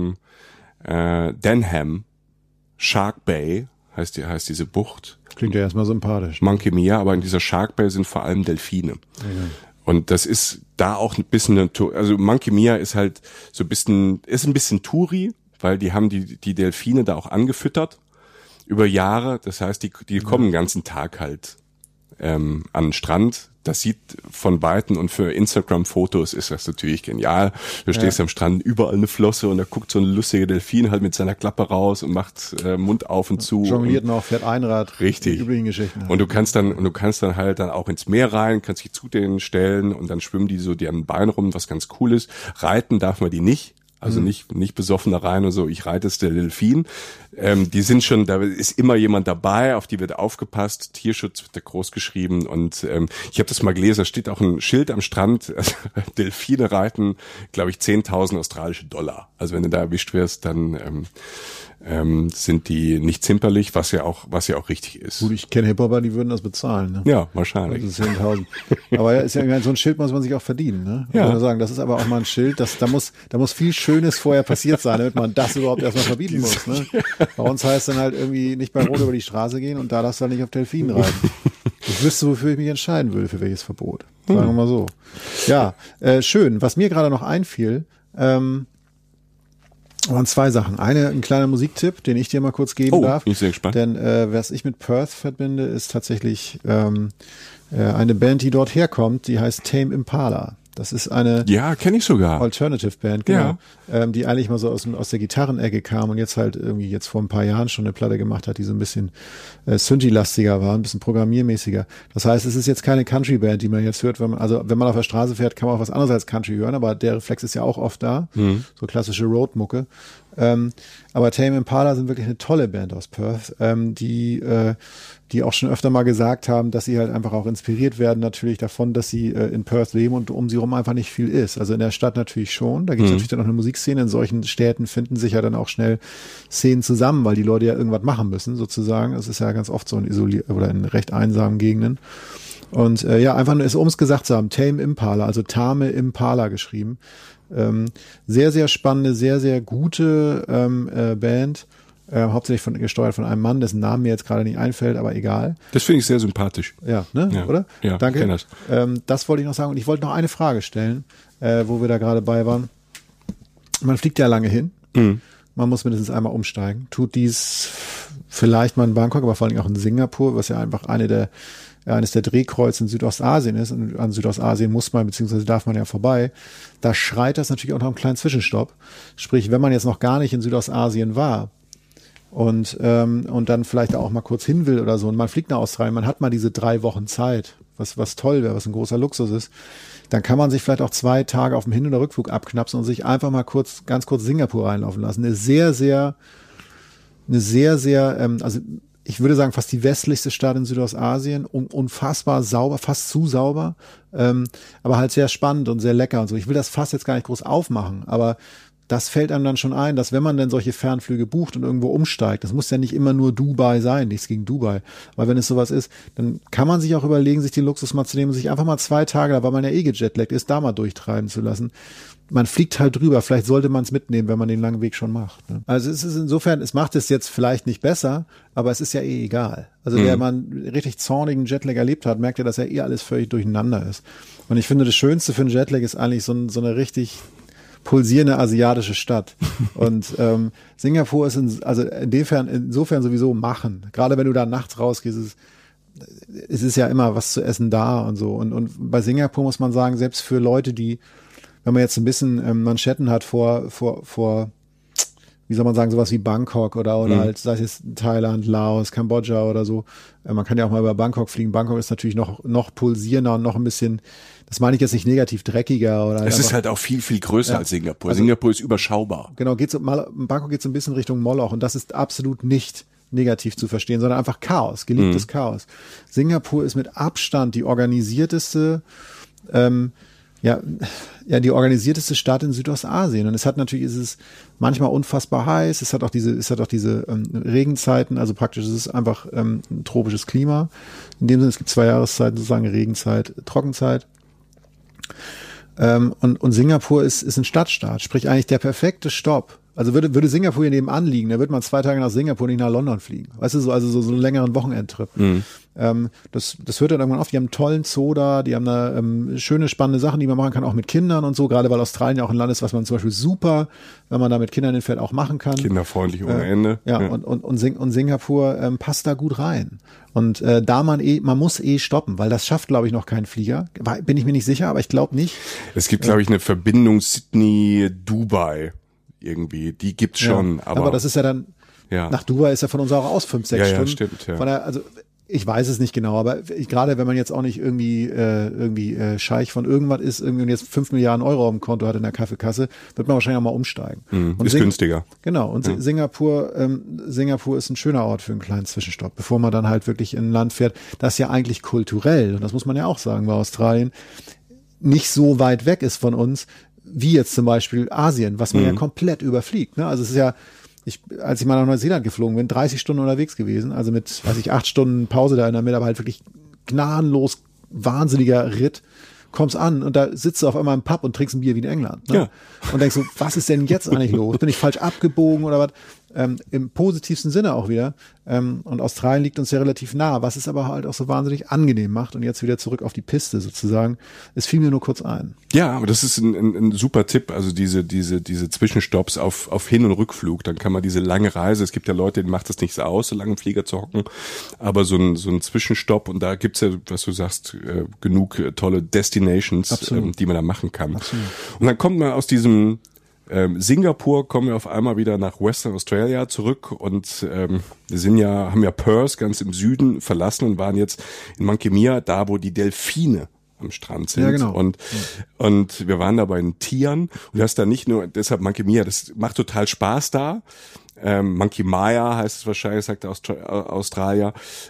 Denham, Shark Bay heißt diese Bucht. Klingt ja erstmal sympathisch. Monkey Mia, aber in dieser Shark Bay sind vor allem Delfine. Okay. Und das ist da auch ein bisschen, also Monkey Mia ist halt so ein bisschen Touri, weil die haben die Delfine da auch angefüttert über Jahre. Das heißt, die kommen den ganzen Tag halt an den Strand. Das sieht von Weitem und für Instagram-Fotos ist das natürlich genial. Du stehst am Strand, überall eine Flosse und da guckt so ein lustiger Delfin halt mit seiner Klappe raus und macht Mund auf und zu. Jongliert noch, fährt Einrad. Richtig. Die übrigen Geschichten. Halt. Und du kannst dann halt dann auch ins Meer rein, kannst dich zu denen stellen und dann schwimmen die so deren Bein rum, was ganz cool ist. Reiten darf man die nicht. Also nicht besoffen da rein und so, ich reite es der Delfin. Die sind schon, da ist immer jemand dabei, auf die wird aufgepasst, Tierschutz wird da groß geschrieben und ich habe das mal gelesen, da steht auch ein Schild am Strand, Delfine reiten, glaube ich, 10.000 australische Dollar. Also wenn du da erwischt wirst, dann sind die nicht zimperlich, was ja auch richtig ist. Gut, ich kenne Hip-Hopper, die würden das bezahlen. Ne? Ja, wahrscheinlich. Also 10.000. Aber ja, ist ja so ein Schild muss man sich auch verdienen. Ne? Ja. Ich würde sagen, das ist aber auch mal ein Schild, da muss viel Schönes vorher passiert sein, damit man das überhaupt erstmal verbieten muss. Ne? Bei uns heißt dann halt irgendwie nicht bei Rot über die Straße gehen und da darfst du halt nicht auf Delfinen reiten. Ich wüsste, wofür ich mich entscheiden würde, für welches Verbot. Sagen wir mal so. Ja, schön. Was mir gerade noch einfiel, waren zwei Sachen. Ein kleiner Musiktipp, den ich dir mal kurz geben darf. Bin ich sehr gespannt. Denn was ich mit Perth verbinde, ist tatsächlich eine Band, die dort herkommt, die heißt Tame Impala. Das ist eine kenne ich sogar. Alternative Band, genau. Die eigentlich mal so aus der Gitarrenecke kam und jetzt halt irgendwie jetzt vor ein paar Jahren schon eine Platte gemacht hat, die so ein bisschen Synthi-lastiger war, ein bisschen programmiermäßiger. Das heißt, es ist jetzt keine Country-Band, die man jetzt hört, wenn man auf der Straße fährt, kann man auch was anderes als Country hören, aber der Reflex ist ja auch oft da. So klassische Road-Mucke. Aber Tame Impala sind wirklich eine tolle Band aus Perth, die auch schon öfter mal gesagt haben, dass sie halt einfach auch inspiriert werden natürlich davon, dass sie in Perth leben und um sie rum einfach nicht viel ist. Also in der Stadt natürlich schon, da gibt es natürlich dann auch eine Musikszene. In solchen Städten finden sich ja dann auch schnell Szenen zusammen, weil die Leute ja irgendwas machen müssen sozusagen. Das ist ja ganz oft so in recht einsamen Gegenden. Und einfach nur, um es gesagt zu haben, Tame Impala, also Tame Impala geschrieben. Sehr, sehr spannende, sehr, sehr gute Band. Hauptsächlich gesteuert von einem Mann, dessen Namen mir jetzt gerade nicht einfällt, aber egal. Das finde ich sehr sympathisch. Ja, ne? Ja. Oder? Ja, danke. Ich kenn das. Das wollte ich noch sagen. Und ich wollte noch eine Frage stellen, wo wir da gerade bei waren. Man fliegt ja lange hin. Man muss mindestens einmal umsteigen. Tut dies vielleicht mal in Bangkok, aber vor allem auch in Singapur, was ja einfach eines der Drehkreuze in Südostasien ist. Und an Südostasien muss man, beziehungsweise darf man ja vorbei. Da schreit das natürlich auch noch einen kleinen Zwischenstopp. Sprich, wenn man jetzt noch gar nicht in Südostasien war, und dann vielleicht auch mal kurz hin will oder so und man fliegt nach Australien, man hat mal diese 3 Wochen Zeit, was toll wäre, was ein großer Luxus ist, dann kann man sich vielleicht auch 2 Tage auf dem Hin- oder Rückflug abknapsen und sich einfach mal ganz kurz Singapur reinlaufen lassen. Eine sehr, sehr, also ich würde sagen, fast die westlichste Stadt in Südostasien, unfassbar sauber, fast zu sauber, aber halt sehr spannend und sehr lecker und so. Ich will das fast jetzt gar nicht groß aufmachen, aber das fällt einem dann schon ein, dass wenn man denn solche Fernflüge bucht und irgendwo umsteigt, das muss ja nicht immer nur Dubai sein, nichts gegen Dubai, aber wenn es sowas ist, dann kann man sich auch überlegen, sich den Luxus mal zu nehmen und sich einfach mal 2 Tage, da weil man ja gejetlaggt ist, da mal durchtreiben zu lassen. Man fliegt halt drüber, vielleicht sollte man es mitnehmen, wenn man den langen Weg schon macht. Ne? Also es ist insofern, es macht es jetzt vielleicht nicht besser, aber es ist ja egal. Also der man richtig zornigen Jetlag erlebt hat, merkt ja, dass ja alles völlig durcheinander ist. Und ich finde, das Schönste für einen Jetlag ist eigentlich so eine richtig pulsierende asiatische Stadt. Und Singapur ist insofern sowieso machen. Gerade wenn du da nachts rausgehst, es ist ja immer was zu essen da und so. Und bei Singapur muss man sagen, selbst für Leute, die, wenn man jetzt ein bisschen Manschetten hat vor wie soll man sagen, sowas wie Bangkok oder halt, sei es jetzt Thailand, Laos, Kambodscha oder so. Man kann ja auch mal über Bangkok fliegen. Bangkok ist natürlich noch pulsierender und noch ein bisschen, das meine ich jetzt nicht negativ, dreckiger oder. Es ist halt auch viel, viel größer als Singapur. Also, Singapur ist überschaubar. Genau, Bangkok geht so ein bisschen Richtung Moloch und das ist absolut nicht negativ zu verstehen, sondern einfach Chaos, geliebtes Chaos. Singapur ist mit Abstand die organisierteste, die organisierteste Stadt in Südostasien. Und es hat natürlich, ist es manchmal unfassbar heiß. Es hat auch diese Regenzeiten. Also praktisch ist es einfach ein tropisches Klima. In dem Sinne, es gibt 2 Jahreszeiten, sozusagen Regenzeit, Trockenzeit. Und Singapur ist ein Stadtstaat. Sprich eigentlich der perfekte Stopp Also würde Singapur hier nebenan liegen, da würde man 2 Tage nach Singapur, nicht nach London fliegen. Weißt du, so einen längeren Wochenendtrip. Das hört dann irgendwann auf. Die haben einen tollen Zoo da, die haben da schöne, spannende Sachen, die man machen kann, auch mit Kindern und so, gerade weil Australien ja auch ein Land ist, was man zum Beispiel super, wenn man da mit Kindern hinfährt, auch machen kann. Kinderfreundlich ohne Ende. Ja. Und Singapur passt da gut rein. Und man muss stoppen, weil das schafft, glaube ich, noch kein Flieger. Bin ich mir nicht sicher, aber ich glaube nicht. Es gibt, glaube ich, eine Verbindung Sydney-Dubai irgendwie. Die gibt's schon. Aber das ist ja dann, nach Dubai ist ja von uns auch aus 5-6 Stunden. Ja, stimmt. Ja. Von der, also ich weiß es nicht genau, aber gerade wenn man jetzt auch nicht irgendwie Scheich von irgendwas ist, irgendwie jetzt 5 Milliarden Euro auf dem Konto hat in der Kaffeekasse, wird man wahrscheinlich auch mal umsteigen. Und ist günstiger. Genau. Und Singapur ist ein schöner Ort für einen kleinen Zwischenstopp, bevor man dann halt wirklich in ein Land fährt, das ja eigentlich kulturell, und das muss man ja auch sagen bei Australien, nicht so weit weg ist von uns, wie jetzt zum Beispiel Asien, was man ja komplett überfliegt. Ne? Also es ist ja, als ich mal nach Neuseeland geflogen bin, 30 Stunden unterwegs gewesen, also mit, 8 Stunden Pause da in der Mitte, aber halt wirklich gnadenlos wahnsinniger Ritt, kommst an und da sitzt du auf einmal im Pub und trinkst ein Bier wie in England. Ne? Ja. Und denkst so, was ist denn jetzt eigentlich los? Bin ich falsch abgebogen oder was? Im positivsten Sinne auch wieder. Und Australien liegt uns ja relativ nah, was es aber halt auch so wahnsinnig angenehm macht. Und jetzt wieder zurück auf die Piste sozusagen. Es fiel mir nur kurz ein. Ja, aber das ist ein super Tipp. Also diese Zwischenstopps auf Hin- und Rückflug. Dann kann man diese lange Reise, es gibt ja Leute, denen macht das nichts aus, so lange im Flieger zu hocken. Aber so ein Zwischenstopp, und da gibt's ja, was du sagst, genug tolle Destinations, die man da machen kann. Absolut. Und dann kommt man aus diesem Singapur, kommen wir auf einmal wieder nach Western Australia zurück und haben ja Perth ganz im Süden verlassen und waren jetzt in Mankemia, da wo die Delfine am Strand sind. Ja, genau. Und wir waren da bei den Tieren und das da nicht nur, deshalb Mankemia, das macht total Spaß da. Monkey Maya heißt es wahrscheinlich, sagt der Australier.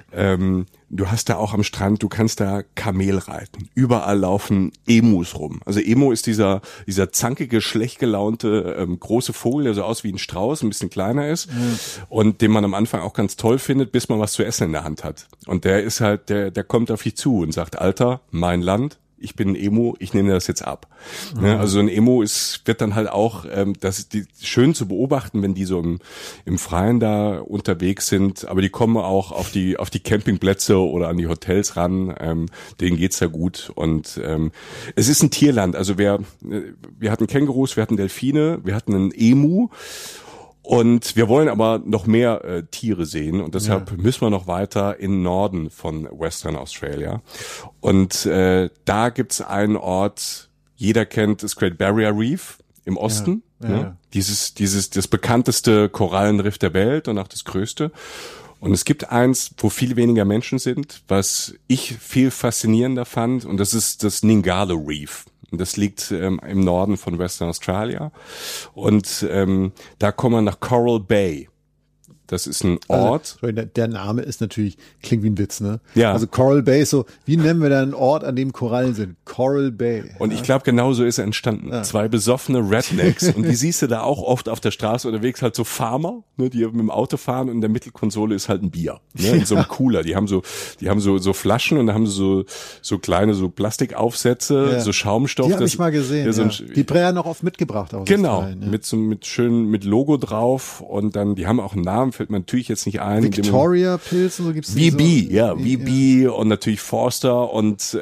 Du hast da auch am Strand, du kannst da Kamel reiten. Überall laufen Emus rum. Also Emu ist dieser zankige, schlecht gelaunte große Vogel, der so aus wie ein Strauß, ein bisschen kleiner ist und den man am Anfang auch ganz toll findet, bis man was zu essen in der Hand hat. Und der ist halt, der kommt auf dich zu und sagt, Alter, mein Land, ich bin ein Emu, ich nehme das jetzt ab. Ne? Also ein Emu wird dann halt auch, das ist schön zu beobachten, wenn die so im Freien da unterwegs sind, aber die kommen auch auf die Campingplätze oder an die Hotels ran, denen geht's da gut und es ist ein Tierland, also wir hatten Kängurus, wir hatten Delfine, wir hatten einen Emu. Und wir wollen aber noch mehr Tiere sehen und deshalb müssen wir noch weiter in Norden von Western Australia. Und da gibt's einen Ort, jeder kennt das Great Barrier Reef im Osten. Ne? Das bekannteste Korallenriff der Welt und auch das größte. Und es gibt eins, wo viel weniger Menschen sind, was ich viel faszinierender fand, und das ist das Ningala Reef. Das liegt im Norden von Western Australia. Und da kommen wir nach Coral Bay. Das ist ein Ort. Also, der Name ist natürlich, klingt wie ein Witz, ne? Ja. Also Coral Bay ist so, wie nennen wir da einen Ort, an dem Korallen sind? Coral Bay. Und ich glaube, genau so ist er entstanden. Ja. 2 besoffene Rednecks. Und die siehst du da auch oft auf der Straße unterwegs, halt so Farmer, ne, die mit dem Auto fahren, und in der Mittelkonsole ist halt ein Bier. Ne, in so einem Cooler. Die haben so Flaschen, und da haben sie so kleine, so Plastikaufsätze, so Schaumstoff. Die habe ich mal gesehen. Die Bräher noch oft mitgebracht aus Australien. Genau. Mit Logo drauf, und dann, die haben auch einen Namen, fällt mir natürlich jetzt nicht ein. Victoria Pilz, so gibt's VB, so? VB und natürlich Forster und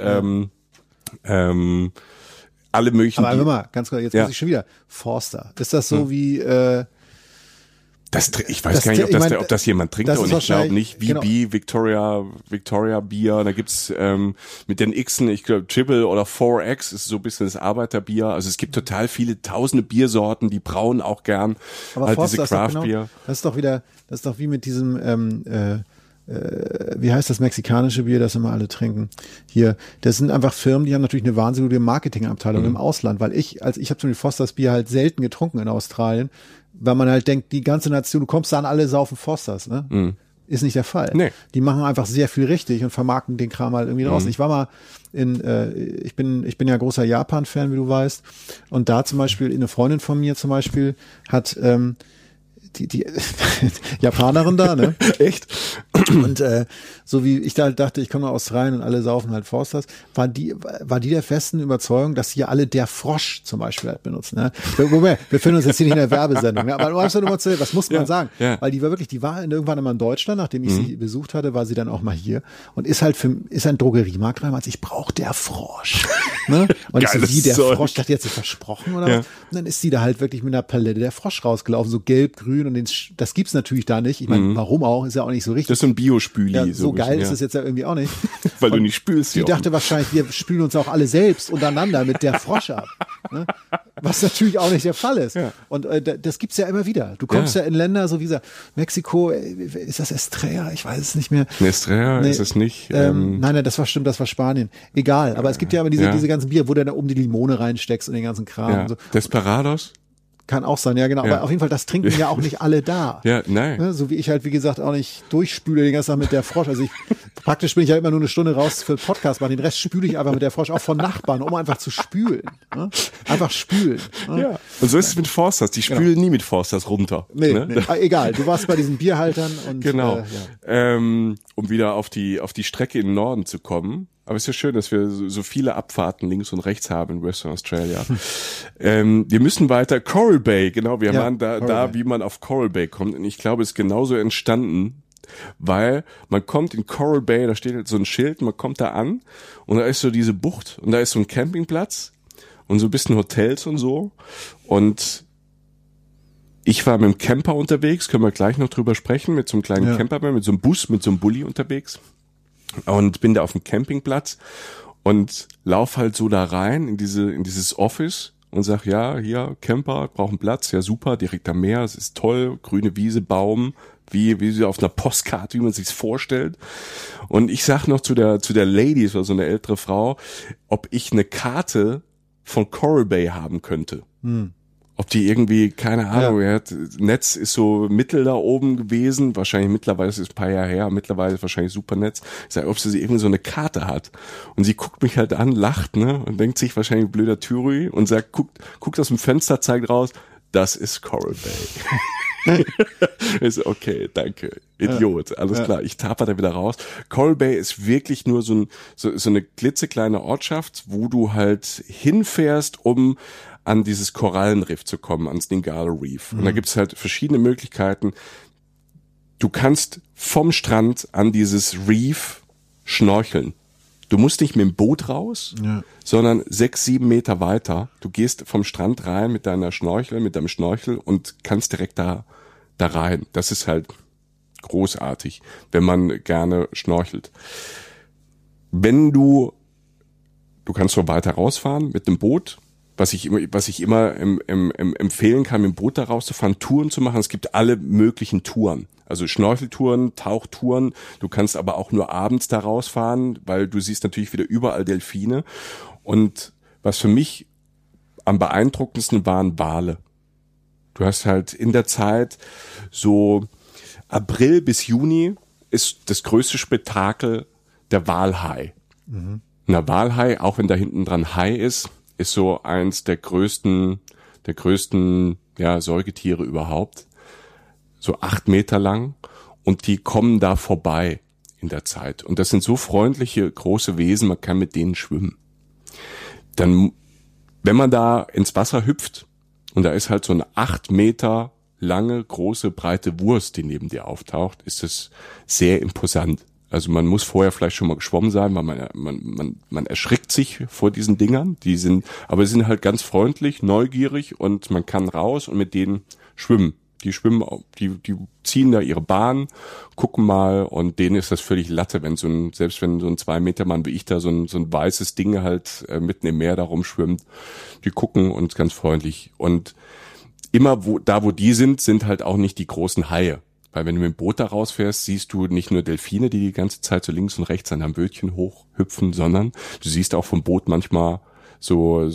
alle möglichen. Aber mal, ganz kurz, jetzt muss ich schon wieder. Forster. Ist das so wie ich weiß gar nicht, ob das jemand trinkt, und ich glaube nicht. VB, genau. Victoria Bier, da gibt's mit den Xen, ich glaube Triple oder 4X ist so ein bisschen das Arbeiterbier. Also es gibt total viele tausende Biersorten, die brauen auch gern. Aber halt Forster, diese Craft Bier. Das ist doch wie mit diesem wie heißt das mexikanische Bier, das immer alle trinken? Hier, das sind einfach Firmen, die haben natürlich eine wahnsinnig gute Marketingabteilung im Ausland, weil ich habe zum Beispiel Fosters Bier halt selten getrunken in Australien, weil man halt denkt, die ganze Nation, du kommst da an, alle saufen Fosters, ne? Ist nicht der Fall. Nee. Die machen einfach sehr viel richtig und vermarkten den Kram halt irgendwie draußen. Ich war mal ich bin ja großer Japan-Fan, wie du weißt, und da zum Beispiel eine Freundin von mir zum Beispiel hat die Japanerin da, ne? Echt? Und so wie ich da halt dachte, ich komme aus Australien und alle saufen halt Forsters, war die der festen Überzeugung, dass hier alle der Frosch zum Beispiel halt benutzen. Ne? Moment, wir finden uns jetzt hier nicht in der Werbesendung. Ne? Aber du hast ja nur mal zu erzählen, was muss man sagen? Ja. Weil die war irgendwann immer in Deutschland, nachdem ich sie besucht hatte, war sie dann auch mal hier und ist ein Drogeriemarkt rein, als ich brauche der Frosch. Ne? Und ich so, wie der Frosch, dachte jetzt versprochen oder was? Und dann ist sie da halt wirklich mit einer Palette der Frosch rausgelaufen, so gelb, grün und das gibt's natürlich da nicht. Ich meine, warum auch? Ist ja auch nicht so richtig. Das ist so ein Biospüli. Ja, so geil ist es jetzt ja irgendwie auch nicht. Weil du nicht spülst. Die dachte wahrscheinlich, wir spülen uns auch alle selbst untereinander mit der Frosch ab. Ne? Was natürlich auch nicht der Fall ist. Ja. Und das gibt's ja immer wieder. Du kommst ja in Länder, so wie Mexiko, ist das Estrella? Ich weiß es nicht mehr. Estrella ist es nicht. Nein, das war Spanien. Egal, aber es gibt ja immer diese ganzen Bier, wo du da oben die Limone reinsteckst und den ganzen Kram. Ja. Und so. Desperados? Kann auch sein, ja genau. Ja. Aber auf jeden Fall, das trinken ja auch nicht alle da. Ja, nein. Ne? So wie ich halt, wie gesagt, auch nicht durchspüle den ganzen Tag mit der Frosch. Also praktisch bin ich ja immer nur eine Stunde raus für Podcast machen. Den Rest spüle ich einfach mit der Frosch, auch von Nachbarn, um einfach zu spülen. Ne? Einfach spülen. Ne? Ja. Und so ist es mit Forsters. Die spülen nie mit Forsters runter. Nee. Egal. Du warst bei diesen Bierhaltern und genau. Um wieder auf die Strecke in den Norden zu kommen. Aber es ist ja schön, dass wir so viele Abfahrten links und rechts haben in Western Australia. Wir müssen weiter. Coral Bay, genau, wir waren da, wie man auf Coral Bay kommt. Und ich glaube, es ist genauso entstanden, weil man kommt in Coral Bay, da steht jetzt so ein Schild, man kommt da an und da ist so diese Bucht und da ist so ein Campingplatz und so ein bisschen Hotels und so. Und ich war mit dem Camper unterwegs, können wir gleich noch drüber sprechen, mit so einem kleinen Camper, mit so einem Bus, mit so einem Bulli unterwegs. Und bin da auf dem Campingplatz und lauf halt so da rein in dieses Office und sag, ja, hier, Camper, brauchen Platz, ja super, direkt am Meer, es ist toll, grüne Wiese, Baum, wie sie auf einer Postkarte, wie man sich's vorstellt. Und ich sag noch zu der Lady, das war so eine ältere Frau, ob ich eine Karte von Coral Bay haben könnte. Ob die irgendwie, keine Ahnung, Netz ist so mittel da oben gewesen, wahrscheinlich mittlerweile, das ist ein paar Jahre her, mittlerweile ist wahrscheinlich super Netz. Ich sage, ob sie irgendwie so eine Karte hat. Und sie guckt mich halt an, lacht, ne, und denkt sich wahrscheinlich blöder Thürui und sagt, guckt aus dem Fenster, zeigt raus, das ist Coral Bay. Ist okay, danke. Idiot, alles klar. Ich taper da wieder raus. Coral Bay ist wirklich nur so eine klitzekleine Ortschaft, wo du halt hinfährst, um an dieses Korallenriff zu kommen, ans Dingaloo Reef. Und da gibt's halt verschiedene Möglichkeiten. Du kannst vom Strand an dieses Reef schnorcheln. Du musst nicht mit dem Boot raus, sondern 6-7 Meter weiter. Du gehst vom Strand rein mit deinem Schnorchel und kannst direkt da rein. Das ist halt großartig, wenn man gerne schnorchelt. Wenn du kannst so weiter rausfahren mit dem Boot. Was ich immer empfehlen kann, mit dem Boot da rauszufahren, Touren zu machen. Es gibt alle möglichen Touren. Also Schnorcheltouren, Tauchtouren. Du kannst aber auch nur abends da rausfahren, weil du siehst natürlich wieder überall Delfine. Und was für mich am beeindruckendsten waren Wale. Du hast halt in der Zeit so April bis Juni ist das größte Spektakel der Walhai. Und der Walhai, auch wenn da hinten dran Hai ist so eins der größten Säugetiere überhaupt. So 8 Meter lang. Und die kommen da vorbei in der Zeit. Und das sind so freundliche, große Wesen, man kann mit denen schwimmen. Dann, wenn man da ins Wasser hüpft, und da ist halt so eine 8 Meter lange, große, breite Wurst, die neben dir auftaucht, ist es sehr imposant. Also man muss vorher vielleicht schon mal geschwommen sein, weil man erschrickt sich vor diesen Dingern. Die sind halt ganz freundlich, neugierig und man kann raus und mit denen schwimmen. Die ziehen da ihre Bahn, gucken mal und denen ist das völlig Latte, selbst wenn so ein 2-Meter-Mann wie ich da so ein weißes Ding halt mitten im Meer da rumschwimmt. Die gucken und ganz freundlich. Und immer wo die sind halt auch nicht die großen Haie. Weil wenn du mit dem Boot da rausfährst, siehst du nicht nur Delfine, die ganze Zeit so links und rechts an einem Bötchen hochhüpfen, sondern du siehst auch vom Boot manchmal so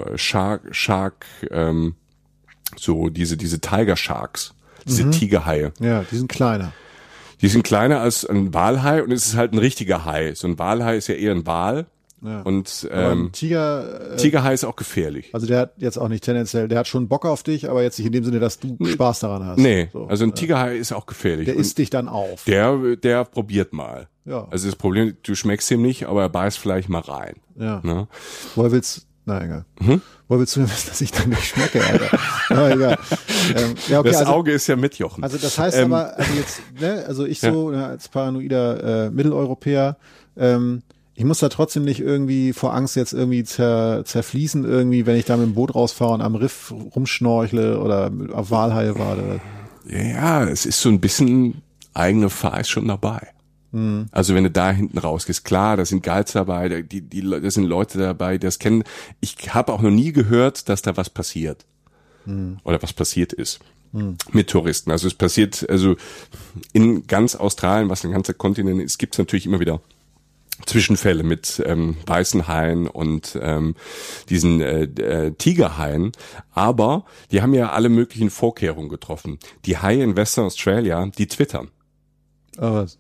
diese Tiger Sharks, diese Tigerhaie. Ja, die sind kleiner. Die sind kleiner als ein Walhai und es ist halt ein richtiger Hai. So ein Walhai ist ja eher ein Wal Ja. Und Aber ein Tigerhai ist auch gefährlich. Also der hat jetzt auch nicht tendenziell, der hat schon Bock auf dich, aber jetzt nicht in dem Sinne, dass du Spaß daran hast. Nee, so, also ein Tigerhai ist auch gefährlich. Der isst dich dann auf. Der probiert mal. Ja. Also das Problem, du schmeckst ihm nicht, aber er beißt vielleicht mal rein. Ja. Ne? Woher willst du denn wissen, dass ich dann nicht schmecke, Alter? Aber egal. Ja, okay, das Auge ist ja mit, Jochen. Also das heißt aber, also jetzt, ne, also ich so als paranoider Mitteleuropäer, ich muss da trotzdem nicht irgendwie vor Angst jetzt irgendwie zerfließen irgendwie, wenn ich da mit dem Boot rausfahre und am Riff rumschnorchle oder auf Walhaie warte. Ja, es ist so ein bisschen eigene Gefahr ist schon dabei. Also wenn du da hinten rausgehst, klar, da sind Guides dabei, da sind Leute dabei, die das kennen. Ich habe auch noch nie gehört, dass da was passiert. Oder was passiert ist. Mit Touristen. Also es passiert, also in ganz Australien, was ein ganzer Kontinent ist, gibt es natürlich immer wieder Zwischenfälle mit weißen Haien und diesen Tigerhaien, aber die haben ja alle möglichen Vorkehrungen getroffen. Die Haie in Western Australia, die twittern. Oh, was?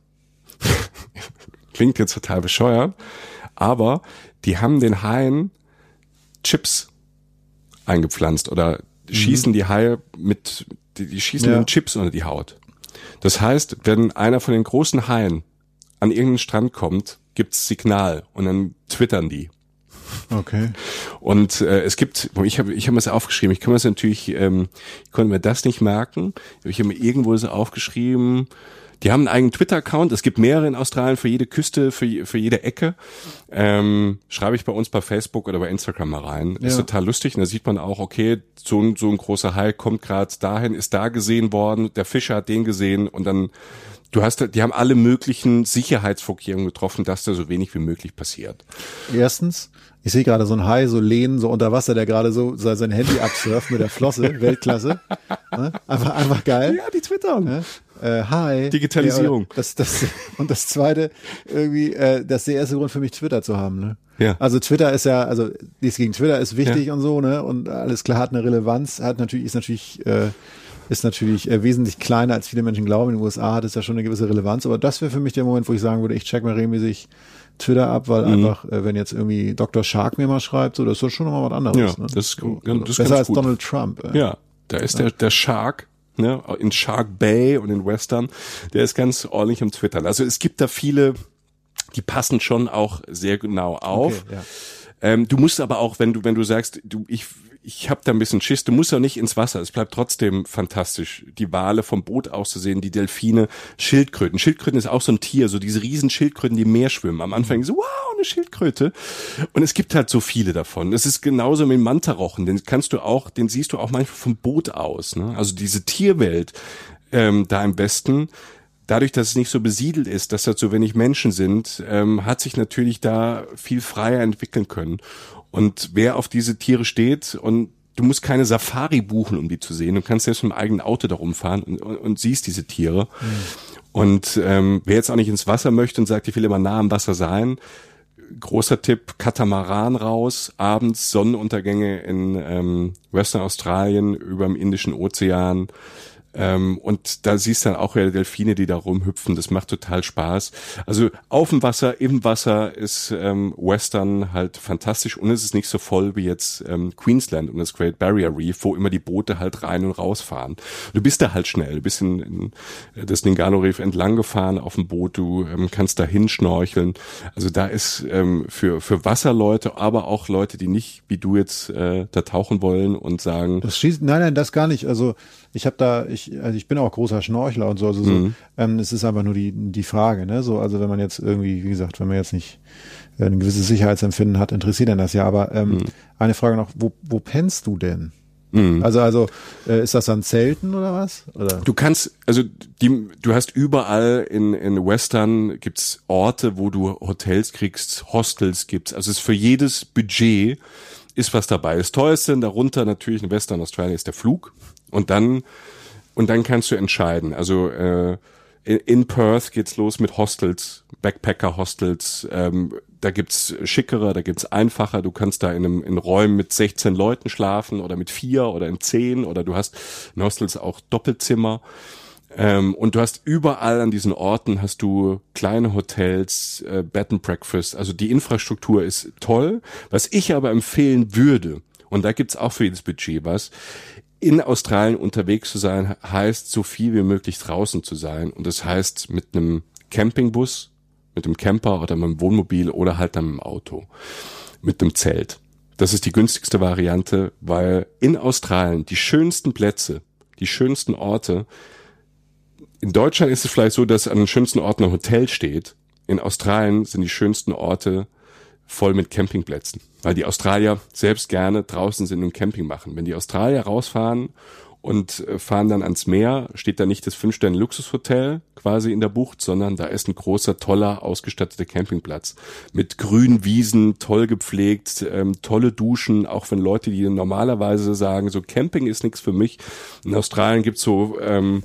Klingt jetzt total bescheuert, aber die haben den Haien Chips eingepflanzt oder schießen die Haie die schießen den Chips unter die Haut. Das heißt, wenn einer von den großen Haien an irgendeinen Strand kommt, gibt's Signal und dann twittern die. Okay. Und es gibt, ich hab mir das aufgeschrieben, ich kann mir das natürlich, ich konnte mir das nicht merken, ich habe mir irgendwo so aufgeschrieben, die haben einen eigenen Twitter-Account, es gibt mehrere in Australien für jede Küste, für jede Ecke. Schreibe ich bei uns bei Facebook oder bei Instagram mal rein. Ist total lustig und da sieht man auch, okay, so ein großer Hai kommt gerade dahin, ist da gesehen worden, der Fischer hat den gesehen und dann die haben alle möglichen Sicherheitsvorkehrungen getroffen, dass da so wenig wie möglich passiert. Erstens, ich sehe gerade so einen Hai, so lehnen, so unter Wasser, der gerade so sein Handy absurft mit der Flosse, Weltklasse. Einfach geil. Ja, die twittern. Hi. Digitalisierung. Ja, und das Zweite, irgendwie, das ist der erste Grund für mich, Twitter zu haben, ne? Ja. Also Twitter ist ja, also nichts gegen Twitter ist wichtig und so, ne? Und alles klar hat eine Relevanz, ist natürlich wesentlich kleiner, als viele Menschen glauben. In den USA hat es ja schon eine gewisse Relevanz, aber das wäre für mich der Moment, wo ich sagen würde, ich check mal regelmäßig Twitter ab, weil einfach, wenn jetzt irgendwie Dr. Shark mir mal schreibt, so, das ist schon nochmal was anderes. Ja, ne? das ist besser als gut. Donald Trump. Ja, da ist der Shark, ne, in Shark Bay und in Western, der ist ganz ordentlich am Twittern. Also es gibt da viele, die passen schon auch sehr genau auf. Okay, ja. Du musst aber auch, wenn du sagst, ich habe da ein bisschen Schiss, du musst ja nicht ins Wasser, es bleibt trotzdem fantastisch, die Wale vom Boot aus zu sehen, die Delfine, Schildkröten. Schildkröten ist auch so ein Tier, so diese riesen Schildkröten, die im Meer schwimmen. Am Anfang so, wow, eine Schildkröte. Und es gibt halt so viele davon. Es ist genauso mit dem Mantarochen, den siehst du auch manchmal vom Boot aus. Ne? Also diese Tierwelt da im Westen, dadurch, dass es nicht so besiedelt ist, dass da so wenig Menschen sind, hat sich natürlich da viel freier entwickeln können. Und wer auf diese Tiere steht und du musst keine Safari buchen, um die zu sehen. Du kannst selbst mit dem eigenen Auto da rumfahren und siehst diese Tiere. Und wer jetzt auch nicht ins Wasser möchte und sagt, ich will immer nah am Wasser sein, großer Tipp, Katamaran raus, abends Sonnenuntergänge in Western Australien über dem Indischen Ozean. Und da siehst du dann auch wieder Delfine, die da rumhüpfen. Das macht total Spaß. Also auf dem Wasser, im Wasser ist Western halt fantastisch und es ist nicht so voll wie jetzt Queensland und das Great Barrier Reef, wo immer die Boote halt rein und rausfahren. Du bist da halt schnell. Du bist in das Ningano Reef entlang gefahren auf dem Boot. Du kannst da hinschnorcheln. Also da ist für Wasserleute, aber auch Leute, die nicht wie du jetzt da tauchen wollen und sagen. Nein, das gar nicht. Also ich bin auch großer Schnorchler und so, so es ist einfach nur die Frage, ne, so, also wenn man jetzt irgendwie, wie gesagt, wenn man jetzt nicht ein gewisses Sicherheitsempfinden hat, interessiert dann das ja, aber eine Frage noch, wo pennst du denn? Also ist das dann Zelten oder was? Oder? Du kannst, du hast überall in Western gibt's Orte, wo du Hotels kriegst, Hostels gibt's, also es ist für jedes Budget ist was dabei. Das teuerste darunter natürlich in Western Australia ist der Flug und dann kannst du entscheiden. Also in Perth geht's los mit Hostels, Backpacker-Hostels. Da gibt's schickere, da gibt's einfacher. Du kannst da in Räumen mit 16 Leuten schlafen oder mit 4 oder in 10 oder du hast in Hostels auch Doppelzimmer. Und du hast überall an diesen Orten hast du kleine Hotels, Bed and Breakfast. Also die Infrastruktur ist toll. Was ich aber empfehlen würde, und da gibt's auch für jedes Budget was, in Australien unterwegs zu sein, heißt so viel wie möglich draußen zu sein. Und das heißt mit einem Campingbus, mit einem Camper oder mit einem Wohnmobil oder halt dann mit dem Auto, mit einem Zelt. Das ist die günstigste Variante, weil in Australien die schönsten Plätze, die schönsten Orte, in Deutschland ist es vielleicht so, dass an den schönsten Orten ein Hotel steht. In Australien sind die schönsten Orte voll mit Campingplätzen, weil die Australier selbst gerne draußen sind und Camping machen. Wenn die Australier rausfahren und fahren dann ans Meer, steht da nicht das 5-Sterne-Luxushotel quasi in der Bucht, sondern da ist ein großer, toller, ausgestatteter Campingplatz mit grünen Wiesen, toll gepflegt, tolle Duschen, auch wenn Leute, die normalerweise sagen, so Camping ist nichts für mich. In Australien gibt's so,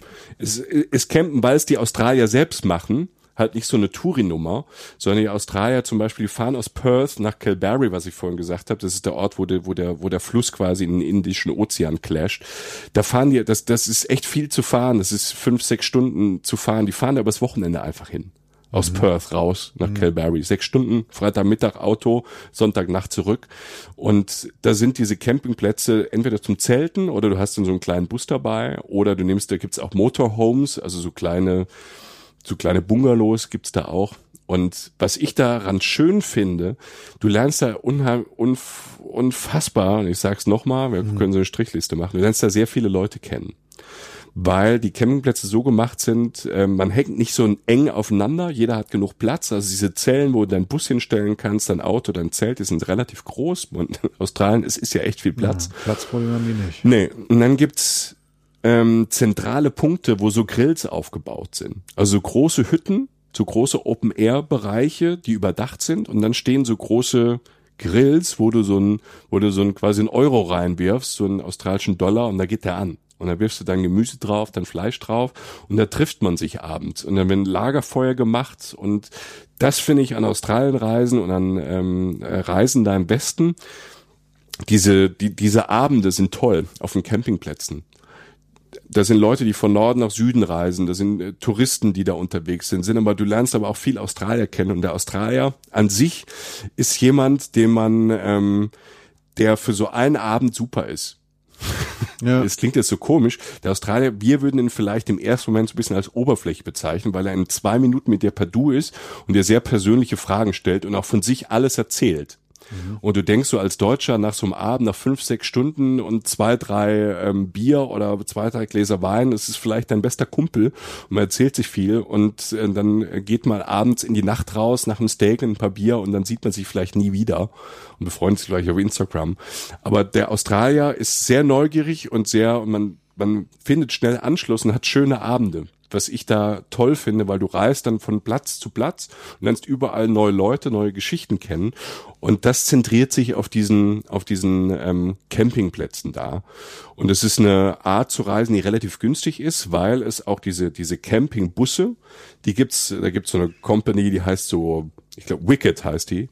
ist Campen, weil es die Australier selbst machen, halt nicht so eine Touri-Nummer, sondern die Australier zum Beispiel, die fahren aus Perth nach Kalbarri, was ich vorhin gesagt habe. Das ist der Ort, wo der Fluss quasi in den Indischen Ozean clasht. Da fahren die, das ist echt viel zu fahren. Das ist 5-6 Stunden zu fahren. Die fahren da übers Wochenende einfach hin. Aus Perth raus nach Kalbarri. 6 Stunden, Freitagmittag Auto, Sonntagnacht zurück. Und da sind diese Campingplätze entweder zum Zelten oder du hast dann so einen kleinen Bus dabei oder du nimmst, da gibt's auch Motorhomes, also so kleine Bungalows gibt's da auch. Und was ich daran schön finde, du lernst da unfassbar, und ich sag's nochmal, wir können so eine Strichliste machen, du lernst da sehr viele Leute kennen. Weil die Campingplätze so gemacht sind, man hängt nicht so eng aufeinander, jeder hat genug Platz, also diese Zellen, wo du deinen Bus hinstellen kannst, dein Auto, dein Zelt, die sind relativ groß. Und in Australien ist ja echt viel Platz. Ja, Platzproblem haben die nicht. Nee, und dann gibt's zentrale Punkte, wo so Grills aufgebaut sind. Also so große Hütten, so große Open-Air-Bereiche, die überdacht sind und dann stehen so große Grills, wo du so ein quasi einen Euro reinwirfst, so einen australischen Dollar und da geht der an. Und da wirfst du dann Gemüse drauf, dann Fleisch drauf und da trifft man sich abends. Und dann wird ein Lagerfeuer gemacht und das finde ich an Australien-Reisen und an Reisen da im Westen. Diese Abende sind toll auf den Campingplätzen. Da sind Leute, die von Norden nach Süden reisen, da sind Touristen, die da unterwegs sind, aber du lernst aber auch viel Australier kennen und der Australier an sich ist jemand, der für so einen Abend super ist. Ja. Das klingt jetzt so komisch. Der Australier, wir würden ihn vielleicht im ersten Moment so ein bisschen als Oberfläche bezeichnen, weil er in 2 Minuten mit dir per Du ist und dir sehr persönliche Fragen stellt und auch von sich alles erzählt. Und du denkst so als Deutscher nach so einem Abend, nach 5-6 Stunden und 2-3 Bier oder 2-3 Gläser Wein, es ist vielleicht dein bester Kumpel und man erzählt sich viel und dann geht man abends in die Nacht raus nach einem Steak und ein paar Bier und dann sieht man sich vielleicht nie wieder und befreundet sich vielleicht auf Instagram. Aber der Australier ist sehr neugierig und man findet schnell Anschluss und hat schöne Abende. Was ich da toll finde, weil du reist dann von Platz zu Platz und lernst überall neue Leute, neue Geschichten kennen. Und das zentriert sich auf diesen Campingplätzen da. Und es ist eine Art zu reisen, die relativ günstig ist, weil es auch diese Campingbusse, da gibt's so eine Company, die heißt so, ich glaube Wicked heißt die.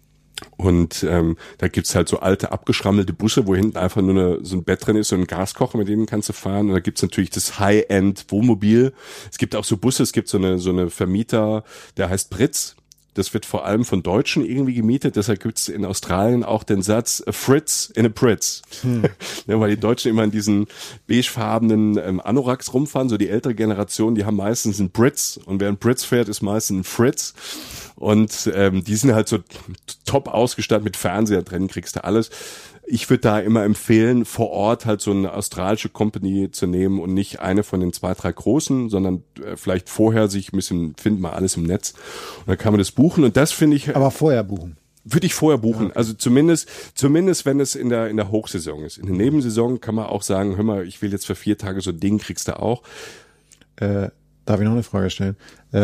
Und da gibt's halt so alte, abgeschrammelte Busse, wo hinten einfach nur so ein Bett drin ist, so ein Gaskocher, mit denen kannst du fahren. Und da gibt's natürlich das High-End-Wohnmobil. Es gibt auch so Busse, es gibt so eine Vermieter, der heißt Britz. Das wird vor allem von Deutschen irgendwie gemietet. Deshalb gibt's in Australien auch den Satz, a Fritz in a Pritz. Ja, weil die Deutschen immer in diesen beigefarbenen Anoraks rumfahren. So die ältere Generation, die haben meistens einen Britz. Und wer einen Britz fährt, ist meistens ein Fritz. Und die sind halt so top ausgestattet mit Fernseher drin, kriegst du alles. Ich würde da immer empfehlen, vor Ort halt so eine australische Company zu nehmen und nicht eine von den 2-3 großen, sondern vielleicht vorher sich ein bisschen, findet man alles im Netz und dann kann man das buchen und das finde ich... Aber vorher buchen? Würde ich vorher buchen. Okay. Also zumindest wenn es in der Hochsaison ist. In der Nebensaison kann man auch sagen, hör mal, ich will jetzt für 4 Tage so ein Ding, kriegst du auch. Darf ich noch eine Frage stellen?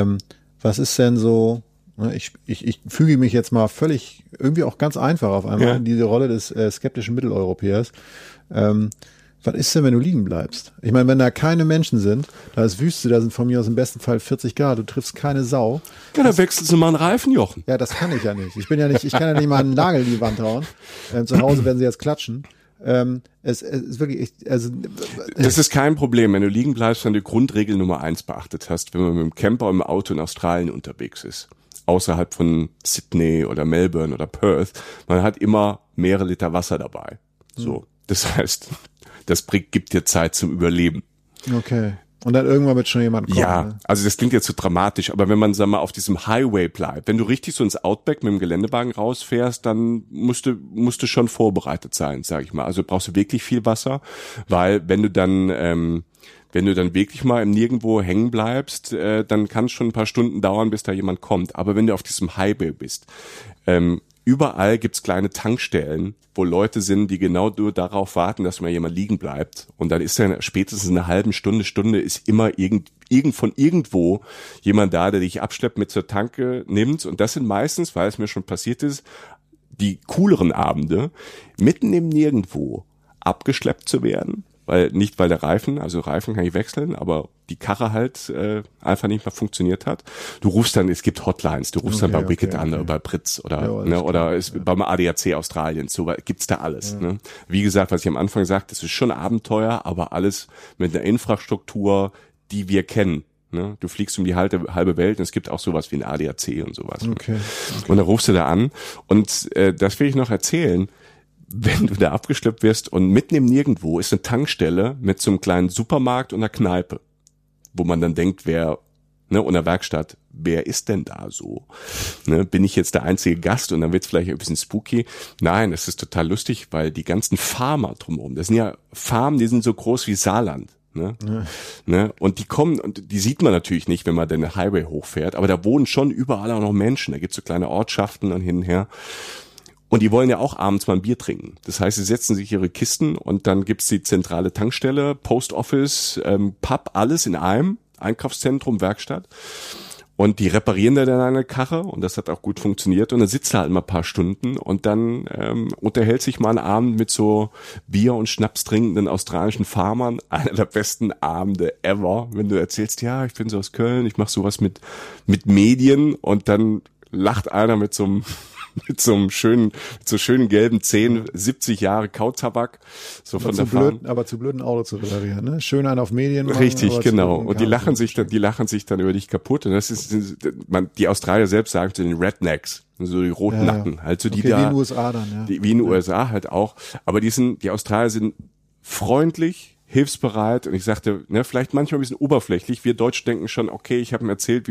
Was ist denn so... Ich füge mich jetzt mal völlig, irgendwie auch ganz einfach auf einmal in diese Rolle des skeptischen Mitteleuropäers. Was ist denn, wenn du liegen bleibst? Ich meine, wenn da keine Menschen sind, da ist Wüste, da sind von mir aus im besten Fall 40 Grad, du triffst keine Sau. Ja, da wechselst du mal einen Reifen, Jochen. Ja, das kann ich ja nicht. Ich kann ja nicht mal einen Nagel in die Wand hauen. Zu Hause werden sie jetzt klatschen. Es ist wirklich, also das ist kein Problem, wenn du liegen bleibst, wenn du Grundregel Nummer 1 beachtet hast, wenn man mit dem Camper im Auto in Australien unterwegs ist, außerhalb von Sydney oder Melbourne oder Perth, man hat immer mehrere Liter Wasser dabei. So, das heißt, das gibt dir Zeit zum Überleben. okay. Und dann irgendwann wird schon jemand kommen. Ja, ne? also das klingt jetzt so dramatisch, aber wenn man, sag mal, auf diesem Highway bleibt, wenn du richtig so ins Outback mit dem Geländewagen rausfährst, dann musst du schon vorbereitet sein, sag ich mal. Also brauchst du wirklich viel Wasser, weil wenn du dann wirklich mal im Nirgendwo hängen bleibst, dann kann es schon ein paar Stunden dauern, bis da jemand kommt. Aber wenn du auf diesem Highway bist, überall gibt's kleine Tankstellen, wo Leute sind, die genau nur darauf warten, dass mal jemand liegen bleibt. Und dann ist ja spätestens in einer halben Stunde ist immer von irgendwo jemand da, der dich abschleppt, mit zur Tanke nimmt. Und das sind meistens, weil es mir schon passiert ist, die cooleren Abende, mitten im Nirgendwo abgeschleppt zu werden. Weil der Reifen kann ich wechseln, aber die Karre halt einfach nicht mehr funktioniert hat. Du rufst dann, es gibt Hotlines, du rufst dann bei Wicked an oder bei Britz oder beim ADAC Australien, so gibt's da alles. Ja. Ne? Wie gesagt, was ich am Anfang sagte, es ist schon Abenteuer, aber alles mit einer Infrastruktur, die wir kennen. Ne? Du fliegst um die halbe Welt und es gibt auch sowas wie ein ADAC und sowas. Okay. Und dann rufst du da an und das will ich noch erzählen. Wenn du da abgeschleppt wirst und mitten im Nirgendwo ist eine Tankstelle mit so einem kleinen Supermarkt und einer Kneipe, wo man dann denkt, und einer Werkstatt, wer ist denn da so? Ne, bin ich jetzt der einzige Gast und dann wird's vielleicht ein bisschen spooky? Nein, es ist total lustig, weil die ganzen Farmer drumherum, das sind ja Farmen, die sind so groß wie Saarland. Ne? Ja. Ne? Und die kommen, und die sieht man natürlich nicht, wenn man den Highway hochfährt, aber da wohnen schon überall auch noch Menschen, da gibt's so kleine Ortschaften und hin und her. Und die wollen ja auch abends mal ein Bier trinken. Das heißt, sie setzen sich ihre Kisten und dann gibt's die zentrale Tankstelle, Post Office, Pub, alles in einem, Einkaufszentrum, Werkstatt. Und die reparieren da dann eine Karre und das hat auch gut funktioniert. Und dann sitzt er halt mal ein paar Stunden und dann unterhält sich mal einen Abend mit so Bier- und Schnaps trinkenden australischen Farmern. Einer der besten Abende ever, wenn du erzählst, ja, ich bin so aus Köln, ich mache sowas mit Medien und dann lacht einer mit so so schönen gelben 70 Jahre Kautabak, so von der Farm. Aber zu blöden Auto zu reparieren, ne? Schön einen auf Medien machen. Richtig, genau. Und die lachen sich dann über dich kaputt. Und das ist, die Australier selbst sagen zu den Rednecks, so die roten Nacken, halt so die da. Wie in den USA dann, ja. Wie in den USA halt auch. Aber die Australier sind freundlich, hilfsbereit und ich sagte, vielleicht manchmal ein bisschen oberflächlich. Wir Deutschen denken schon, okay, ich habe ihm erzählt,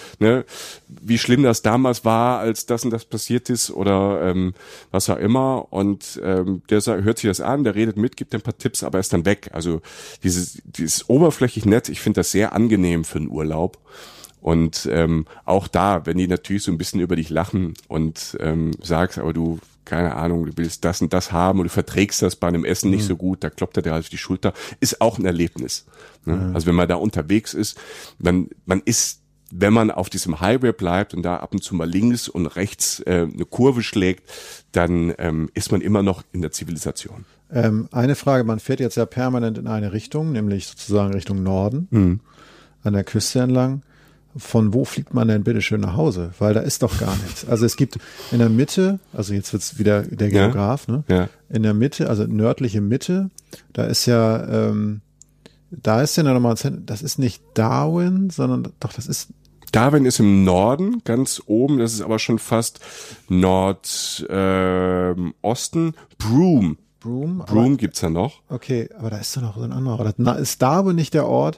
wie schlimm das damals war, als das und das passiert ist oder was auch immer. Und der hört sich das an, der redet mit, gibt ein paar Tipps, aber ist dann weg. Also dieses oberflächlich nett, ich finde das sehr angenehm für einen Urlaub. Und auch da, wenn die natürlich so ein bisschen über dich lachen und sagst, aber du, keine Ahnung, du willst das und das haben und du verträgst das bei einem Essen nicht so gut, da klopft er dir halt auf die Schulter, ist auch ein Erlebnis. Ne? Ja. Also wenn man da unterwegs ist, man ist, wenn man auf diesem Highway bleibt und da ab und zu mal links und rechts eine Kurve schlägt, dann ist man immer noch in der Zivilisation. Eine Frage, man fährt jetzt ja permanent in eine Richtung, nämlich sozusagen Richtung Norden, an der Küste entlang. Von wo fliegt man denn bitte schön nach Hause? Weil da ist doch gar nichts. Also es gibt in der Mitte, also jetzt wird's wieder der Geograf, ne? Ja. In der Mitte, also nördliche Mitte, da ist ja nochmal, das ist nicht Darwin, sondern doch, das ist Darwin ist im Norden, ganz oben, das ist aber schon fast Nordosten. Broome gibt's ja noch. Okay, aber da ist doch noch so ein anderer Ort. Ist Darwin nicht der Ort,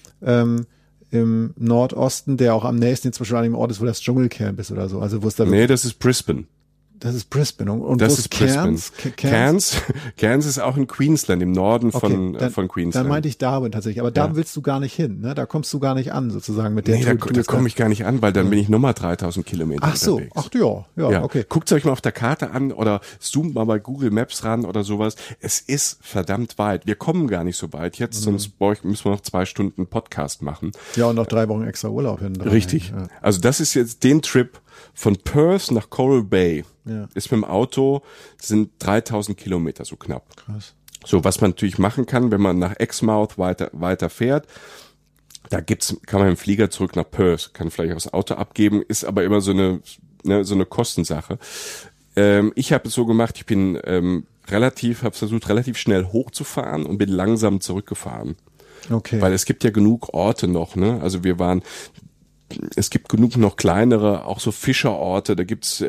im Nordosten, der auch am nächsten zum Beispiel an dem Ort ist, wo das Dschungelcamp ist oder so. Also wo es da das ist Brisbane. Das ist Brisbane. Und das wo ist Brisbane. Cairns ist auch in Queensland, im Norden von Queensland. Dann meinte ich Darwin tatsächlich. Aber da willst du gar nicht hin, ne? Da kommst du gar nicht an, sozusagen mit der Tour. Da komme ich gar nicht an, weil dann bin ich nochmal 3000 Kilometer unterwegs. Ach ja, okay. Guckt euch mal auf der Karte an oder zoomt mal bei Google Maps ran oder sowas. Es ist verdammt weit. Wir kommen gar nicht so weit jetzt, sonst müssen wir noch 2 Stunden Podcast machen. Ja, und noch 3 Wochen extra Urlaub hin. Richtig. Ja. Also das ist jetzt den Trip von Perth nach Coral Bay. Ja. Ist mit dem Auto, sind 3000 Kilometer so knapp. Krass. So, was man natürlich machen kann, wenn man nach Exmouth weiter fährt, da kann man im Flieger zurück nach Perth, kann vielleicht auch das Auto abgeben, ist aber immer so eine Kostensache. Ich habe es so gemacht, ich bin habe versucht, relativ schnell hochzufahren und bin langsam zurückgefahren. Okay. Weil es gibt ja genug Orte noch, ne? Also es gibt genug noch kleinere, auch so Fischerorte, da gibt's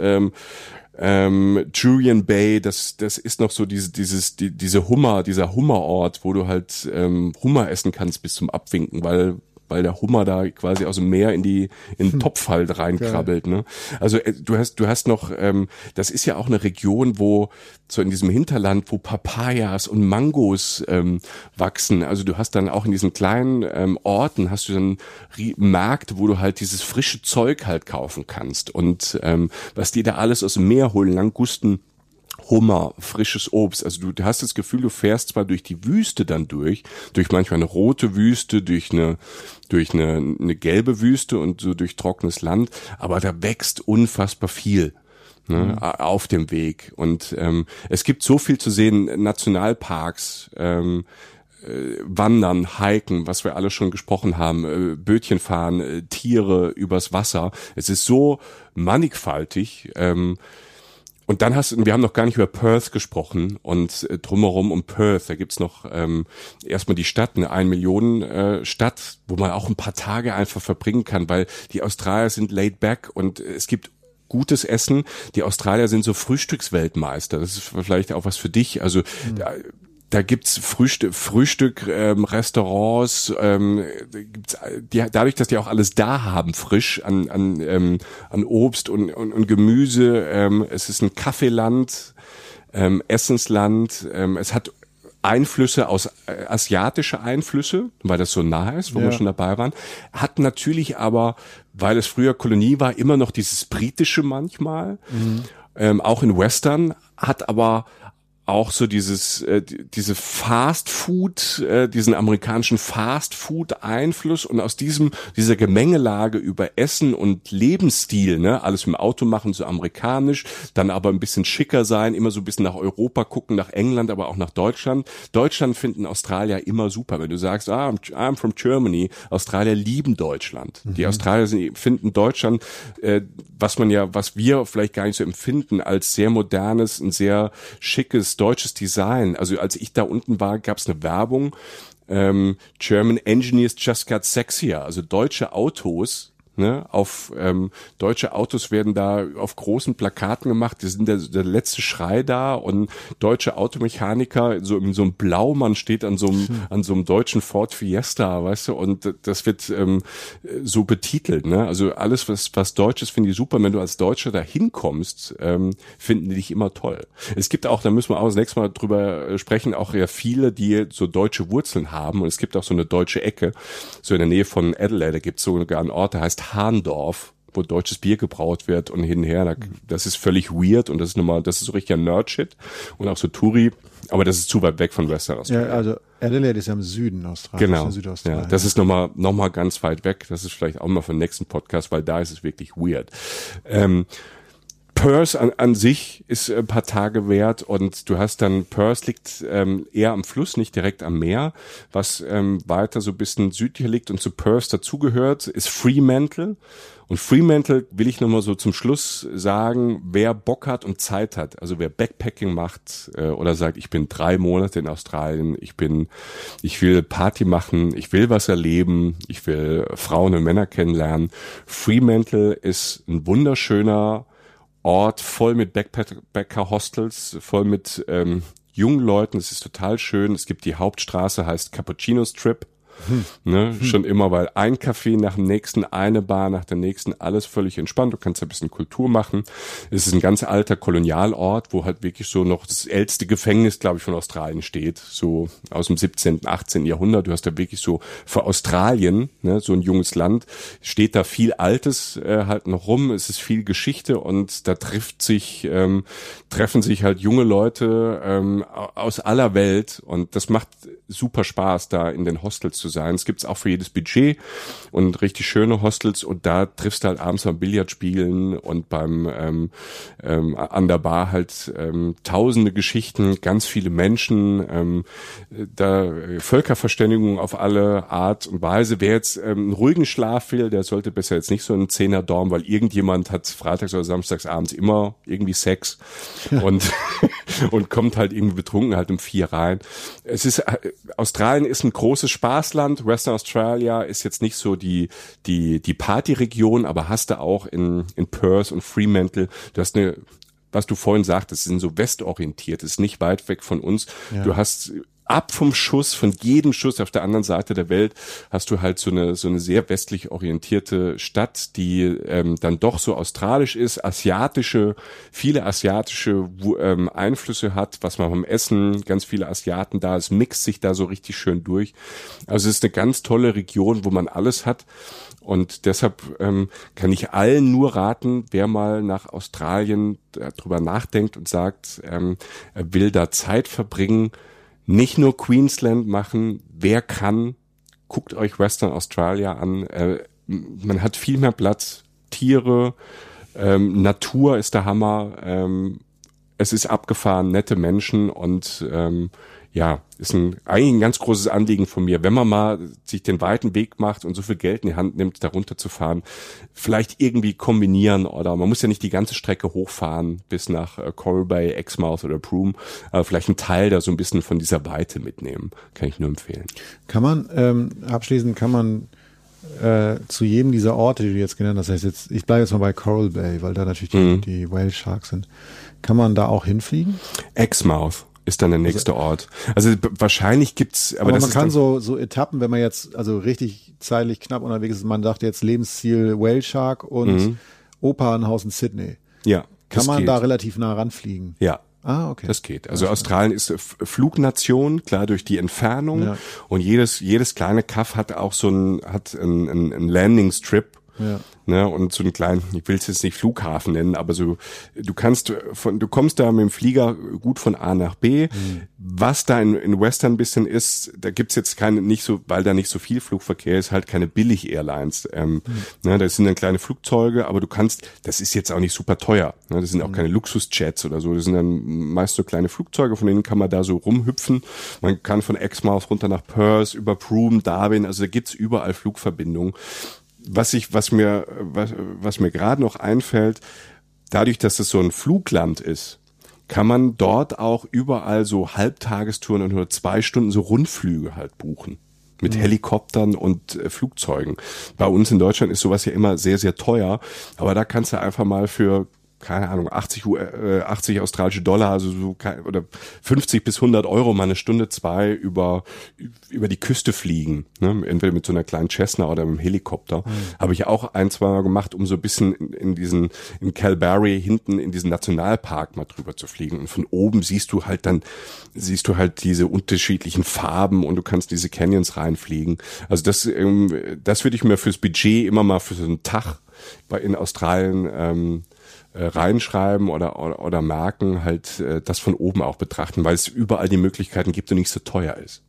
Julian Bay, das ist noch so dieser Hummerort, wo du halt Hummer essen kannst bis zum Abwinken, weil der Hummer da quasi aus dem Meer in den Topf halt reinkrabbelt, ne? Also du hast noch, das ist ja auch eine Region, wo so in diesem Hinterland, wo Papayas und Mangos wachsen. Also du hast dann auch in diesen kleinen Orten hast du dann Märkte, wo du halt dieses frische Zeug halt kaufen kannst und was die da alles aus dem Meer holen, Langusten, Hummer, frisches Obst. Also du hast das Gefühl, du fährst zwar durch die Wüste dann durch manchmal eine rote Wüste, durch eine gelbe Wüste und so durch trockenes Land, aber da wächst unfassbar viel, ne, auf dem Weg. Und es gibt so viel zu sehen, Nationalparks, Wandern, Hiken, was wir alle schon gesprochen haben, Bötchen fahren, Tiere übers Wasser. Es ist so mannigfaltig. Und dann wir haben noch gar nicht über Perth gesprochen und drumherum um Perth, da gibt's noch erstmal die Stadt, eine 1 Millionen Stadt, wo man auch ein paar Tage einfach verbringen kann, weil die Australier sind laid back und es gibt gutes Essen. Die Australier sind so Frühstücksweltmeister. Das ist vielleicht auch was für dich. Also da gibt's Frühstück, Restaurants, dadurch, dass die auch alles da haben, frisch an Obst und Gemüse. Es ist ein Kaffeeland, Essensland. Es hat Einflüsse asiatische Einflüsse, weil das so nah ist, wo wir schon dabei waren. Hat natürlich aber, weil es früher Kolonie war, immer noch dieses britische manchmal. Auch in Western, hat aber auch so diese Fast Food, diesen amerikanischen Fast Food Einfluss und aus dieser Gemengelage über Essen und Lebensstil, ne, alles im Auto machen, so amerikanisch, dann aber ein bisschen schicker sein, immer so ein bisschen nach Europa gucken, nach England, aber auch nach Deutschland. Deutschland finden Australier immer super. Wenn du sagst, I'm from Germany, Australier lieben Deutschland. Die Australier finden Deutschland, was wir vielleicht gar nicht so empfinden, als sehr modernes, ein sehr schickes deutsches Design. Also als ich da unten war, gab es eine Werbung, German Engineers just got sexier, also deutsche Autos, ne, deutsche Autos werden da auf großen Plakaten gemacht, die sind der letzte Schrei da und deutsche Automechaniker, so in so einem Blau, man steht an so einem deutschen Ford Fiesta, weißt du, und das wird so betitelt, ne, also alles, was Deutsches finde ich super, wenn du als Deutscher da hinkommst, finden die dich immer toll. Es gibt auch, da müssen wir auch das nächste Mal drüber sprechen, auch ja viele, die so deutsche Wurzeln haben und es gibt auch so eine deutsche Ecke, so in der Nähe von Adelaide, da gibt es sogar einen Ort, der heißt Hahndorf, wo deutsches Bier gebraut wird und hin und her. Das ist völlig weird und das ist so richtiger Nerd-Shit und auch so Touri, aber das ist zu weit weg von Western Australien. Ja, also Adelaide ist ja im Süden Australiens. Genau, Südaustralien. ja, das ist nochmal ganz weit weg. Das ist vielleicht auch mal für den nächsten Podcast, weil da ist es wirklich weird. Perth an sich ist ein paar Tage wert und du hast dann, Perth liegt eher am Fluss, nicht direkt am Meer, was weiter so ein bisschen südlicher liegt und zu Perth dazugehört, ist Fremantle. Und Fremantle will ich nochmal so zum Schluss sagen, wer Bock hat und Zeit hat, also wer Backpacking macht oder sagt, ich bin 3 Monate in Australien, ich will Party machen, ich will was erleben, ich will Frauen und Männer kennenlernen. Fremantle ist ein wunderschöner Ort, voll mit Backpacker-Hostels, voll mit jungen Leuten, es ist total schön. Es gibt die Hauptstraße, heißt Cappuccino Strip. Schon immer, weil ein Café nach dem nächsten, eine Bar nach der nächsten, alles völlig entspannt. Du kannst ein bisschen Kultur machen. Es ist ein ganz alter Kolonialort, wo halt wirklich so noch das älteste Gefängnis, glaube ich, von Australien steht. So aus dem 17., 18. Jahrhundert. Du hast da wirklich so für Australien, ne, so ein junges Land, steht da viel Altes halt noch rum. Es ist viel Geschichte und da treffen sich halt junge Leute aus aller Welt und das macht super Spaß, da in den Hostels zu sein. Es gibt's auch für jedes Budget und richtig schöne Hostels und da triffst du halt abends beim Billard spielen und beim an der Bar halt tausende Geschichten, ganz viele Menschen, da Völkerverständigung auf alle Art und Weise. Wer jetzt einen ruhigen Schlaf will, der sollte besser jetzt nicht so einen 10er-Dorm, weil irgendjemand hat freitags oder samstags abends immer irgendwie Sex und und kommt halt irgendwie betrunken halt um 4 rein. Australien ist ein großes Spaßland. Western Australia ist jetzt nicht so die Partyregion, aber hast du auch in Perth und Fremantle, du hast was du vorhin sagtest, sind so westorientiert, ist nicht weit weg von uns. Ja. Du hast ab vom Schuss, von jedem Schuss auf der anderen Seite der Welt, hast du halt so eine sehr westlich orientierte Stadt, die dann doch so australisch ist, viele asiatische Einflüsse hat, was man beim Essen, ganz viele Asiaten da, es mixt sich da so richtig schön durch. Also es ist eine ganz tolle Region, wo man alles hat. Und deshalb kann ich allen nur raten, wer mal nach Australien drüber nachdenkt und sagt, er will da Zeit verbringen, nicht nur Queensland machen, wer kann, guckt euch Western Australia an. Man hat viel mehr Platz, Tiere, Natur ist der Hammer, es ist abgefahren, nette Menschen und ist eigentlich ein ganz großes Anliegen von mir, wenn man mal sich den weiten Weg macht und so viel Geld in die Hand nimmt, da runterzufahren, vielleicht irgendwie kombinieren oder man muss ja nicht die ganze Strecke hochfahren bis nach Coral Bay, Exmouth oder Broome, aber vielleicht einen Teil da so ein bisschen von dieser Weite mitnehmen, kann ich nur empfehlen. Kann man, abschließend zu jedem dieser Orte, die du jetzt genannt hast, ich bleibe jetzt mal bei Coral Bay, weil da natürlich die Whale Sharks sind, kann man da auch hinfliegen? Exmouth ist dann der nächste Ort. Also wahrscheinlich gibt's, aber das man kann so Etappen, wenn man jetzt also richtig zeitlich knapp unterwegs ist, man sagt jetzt Lebensziel Whale Shark und Opernhaus in Sydney. Ja. Kann man da relativ nah ranfliegen? Ja. Ah, okay. Das geht. Also Australien ist Flugnation, klar durch die Entfernung. Ja. Und jedes kleine Kaff hat auch einen Landing Strip. Ja. Ne, und so einen kleinen, ich will es jetzt nicht Flughafen nennen, aber so, du kommst da mit dem Flieger gut von A nach B. Was da in Western ein bisschen ist, da gibt's jetzt weil da nicht so viel Flugverkehr ist, halt keine Billig-Airlines. Ne, das sind dann kleine Flugzeuge, aber das ist jetzt auch nicht super teuer. Ne, das sind auch keine Luxusjets oder so, das sind dann meist so kleine Flugzeuge, von denen kann man da so rumhüpfen. Man kann von Exmouth runter nach Perth, über Broome, Darwin, also da gibt's überall Flugverbindungen. Was mir gerade noch einfällt, dadurch, dass es so ein Flugland ist, kann man dort auch überall so Halbtagestouren und nur 2 Stunden so Rundflüge halt buchen. Mit Helikoptern und Flugzeugen. Bei uns in Deutschland ist sowas ja immer sehr, sehr teuer, aber da kannst du einfach mal für keine Ahnung, 80 australische Dollar, also so, oder 50 bis 100 Euro mal eine Stunde, 2 über die Küste fliegen, ne? Entweder mit so einer kleinen Cessna oder mit einem Helikopter. Habe ich auch 1-2 Mal gemacht, um so ein bisschen in Kalbarri hinten in diesen Nationalpark mal drüber zu fliegen. Und von oben siehst du halt diese unterschiedlichen Farben und du kannst diese Canyons reinfliegen. Also das würde ich mir fürs Budget immer mal für so einen Tag in Australien reinschreiben oder merken, halt das von oben auch betrachten, weil es überall die Möglichkeiten gibt und nicht so teuer ist.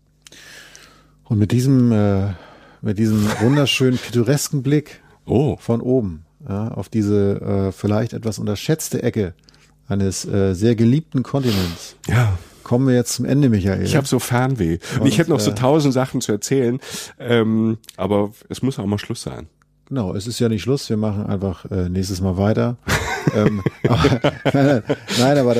Und mit diesem wunderschönen pittoresken Blick von oben auf diese vielleicht etwas unterschätzte Ecke eines sehr geliebten Kontinents. Ja. Kommen wir jetzt zum Ende, Michael. Ich habe so Fernweh. Und ich hätte noch so 1000 Sachen zu erzählen, aber es muss auch mal Schluss sein. Genau, es ist ja nicht Schluss, wir machen einfach nächstes Mal weiter. Aber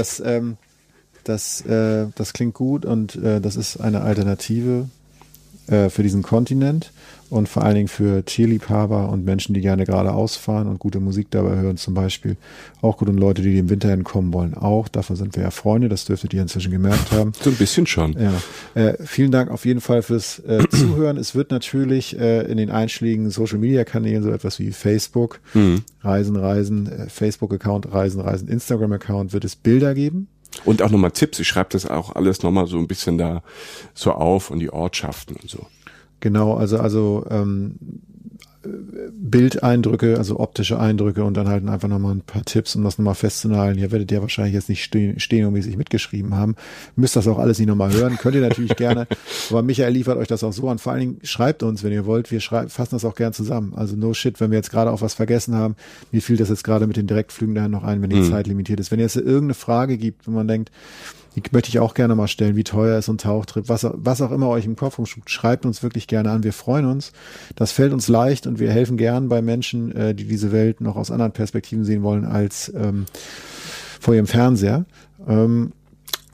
das klingt gut und das ist eine Alternative für diesen Kontinent und vor allen Dingen für Tierliebhaber und Menschen, die gerne geradeaus fahren und gute Musik dabei hören zum Beispiel. Auch gut, und Leute, die dem Winter entkommen wollen, auch. Davon sind wir ja Freunde, das dürftet ihr inzwischen gemerkt haben. So ein bisschen schon. Ja. Vielen Dank auf jeden Fall fürs Zuhören. Es wird natürlich in den einschlägigen Social-Media-Kanälen so etwas wie Facebook, Reisen, Facebook-Account, Reisen, Instagram-Account, wird es Bilder geben. Und auch nochmal Tipps. Ich schreibe das auch alles nochmal so ein bisschen da so auf und die Ortschaften und so. Genau, also Bildeindrücke, also optische Eindrücke und dann halt einfach nochmal ein paar Tipps, um das nochmal festzunageln. Ihr werdet ja wahrscheinlich jetzt nicht stenomäßig mitgeschrieben haben. Müsst das auch alles nicht nochmal hören. Könnt ihr natürlich gerne. Aber Michael liefert euch das auch so an. Vor allen Dingen schreibt uns, wenn ihr wollt. Wir fassen das auch gern zusammen. Also no shit, wenn wir jetzt gerade auch was vergessen haben. Mir fiel das jetzt gerade mit den Direktflügen dahin noch ein, wenn die Zeit limitiert ist. Wenn jetzt irgendeine Frage gibt, wo man denkt, die möchte ich auch gerne mal stellen, wie teuer ist so ein Tauchtrip, was auch immer euch im Kopf rumschlägt, schreibt uns wirklich gerne an. Wir freuen uns. Das fällt uns leicht und wir helfen gern bei Menschen, die diese Welt noch aus anderen Perspektiven sehen wollen als vor ihrem Fernseher.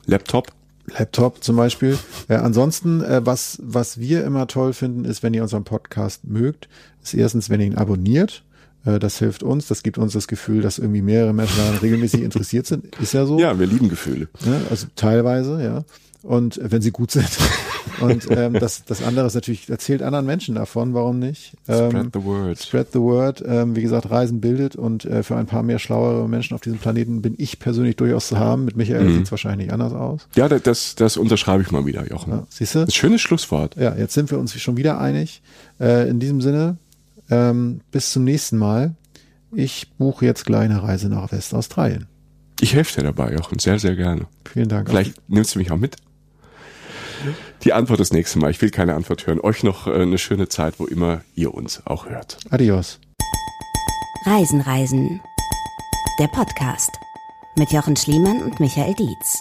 Laptop zum Beispiel. Ansonsten, was wir immer toll finden, ist, wenn ihr unseren Podcast mögt, ist erstens, wenn ihr ihn abonniert. Das hilft uns, das gibt uns das Gefühl, dass irgendwie mehrere Menschen daran regelmäßig interessiert sind. Ist ja so. Ja, wir lieben Gefühle. Ja, also teilweise, ja. Und wenn sie gut sind. Und das andere ist natürlich, erzählt anderen Menschen davon, warum nicht? Spread the word. Spread the word. Wie gesagt, Reisen bildet und für ein paar mehr schlauere Menschen auf diesem Planeten bin ich persönlich durchaus zu haben. Mit Michael sieht es wahrscheinlich anders aus. Ja, das unterschreibe ich mal wieder, Jochen. Ja, siehst du? Ein schönes Schlusswort. Ja, jetzt sind wir uns schon wieder einig. In diesem Sinne, bis zum nächsten Mal. Ich buche jetzt gleich eine Reise nach Westaustralien. Ich helfe dir dabei, Jochen, sehr, sehr gerne. Vielen Dank. Vielleicht nimmst du mich auch mit. Die Antwort das nächste Mal. Ich will keine Antwort hören. Euch noch eine schöne Zeit, wo immer ihr uns auch hört. Adios. Reisen. Der Podcast mit Jochen Schliemann und Michael Dietz.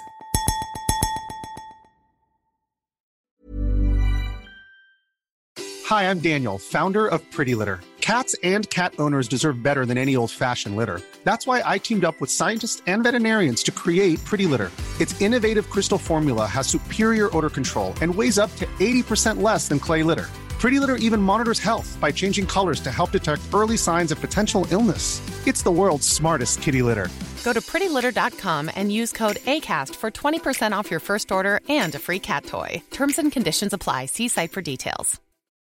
Hi, I'm Daniel, founder of Pretty Litter. Cats and cat owners deserve better than any old-fashioned litter. That's why I teamed up with scientists and veterinarians to create Pretty Litter. Its innovative crystal formula has superior odor control and weighs up to 80% less than clay litter. Pretty Litter even monitors health by changing colors to help detect early signs of potential illness. It's the world's smartest kitty litter. Go to prettylitter.com and use code ACAST for 20% off your first order and a free cat toy. Terms and conditions apply. See site for details.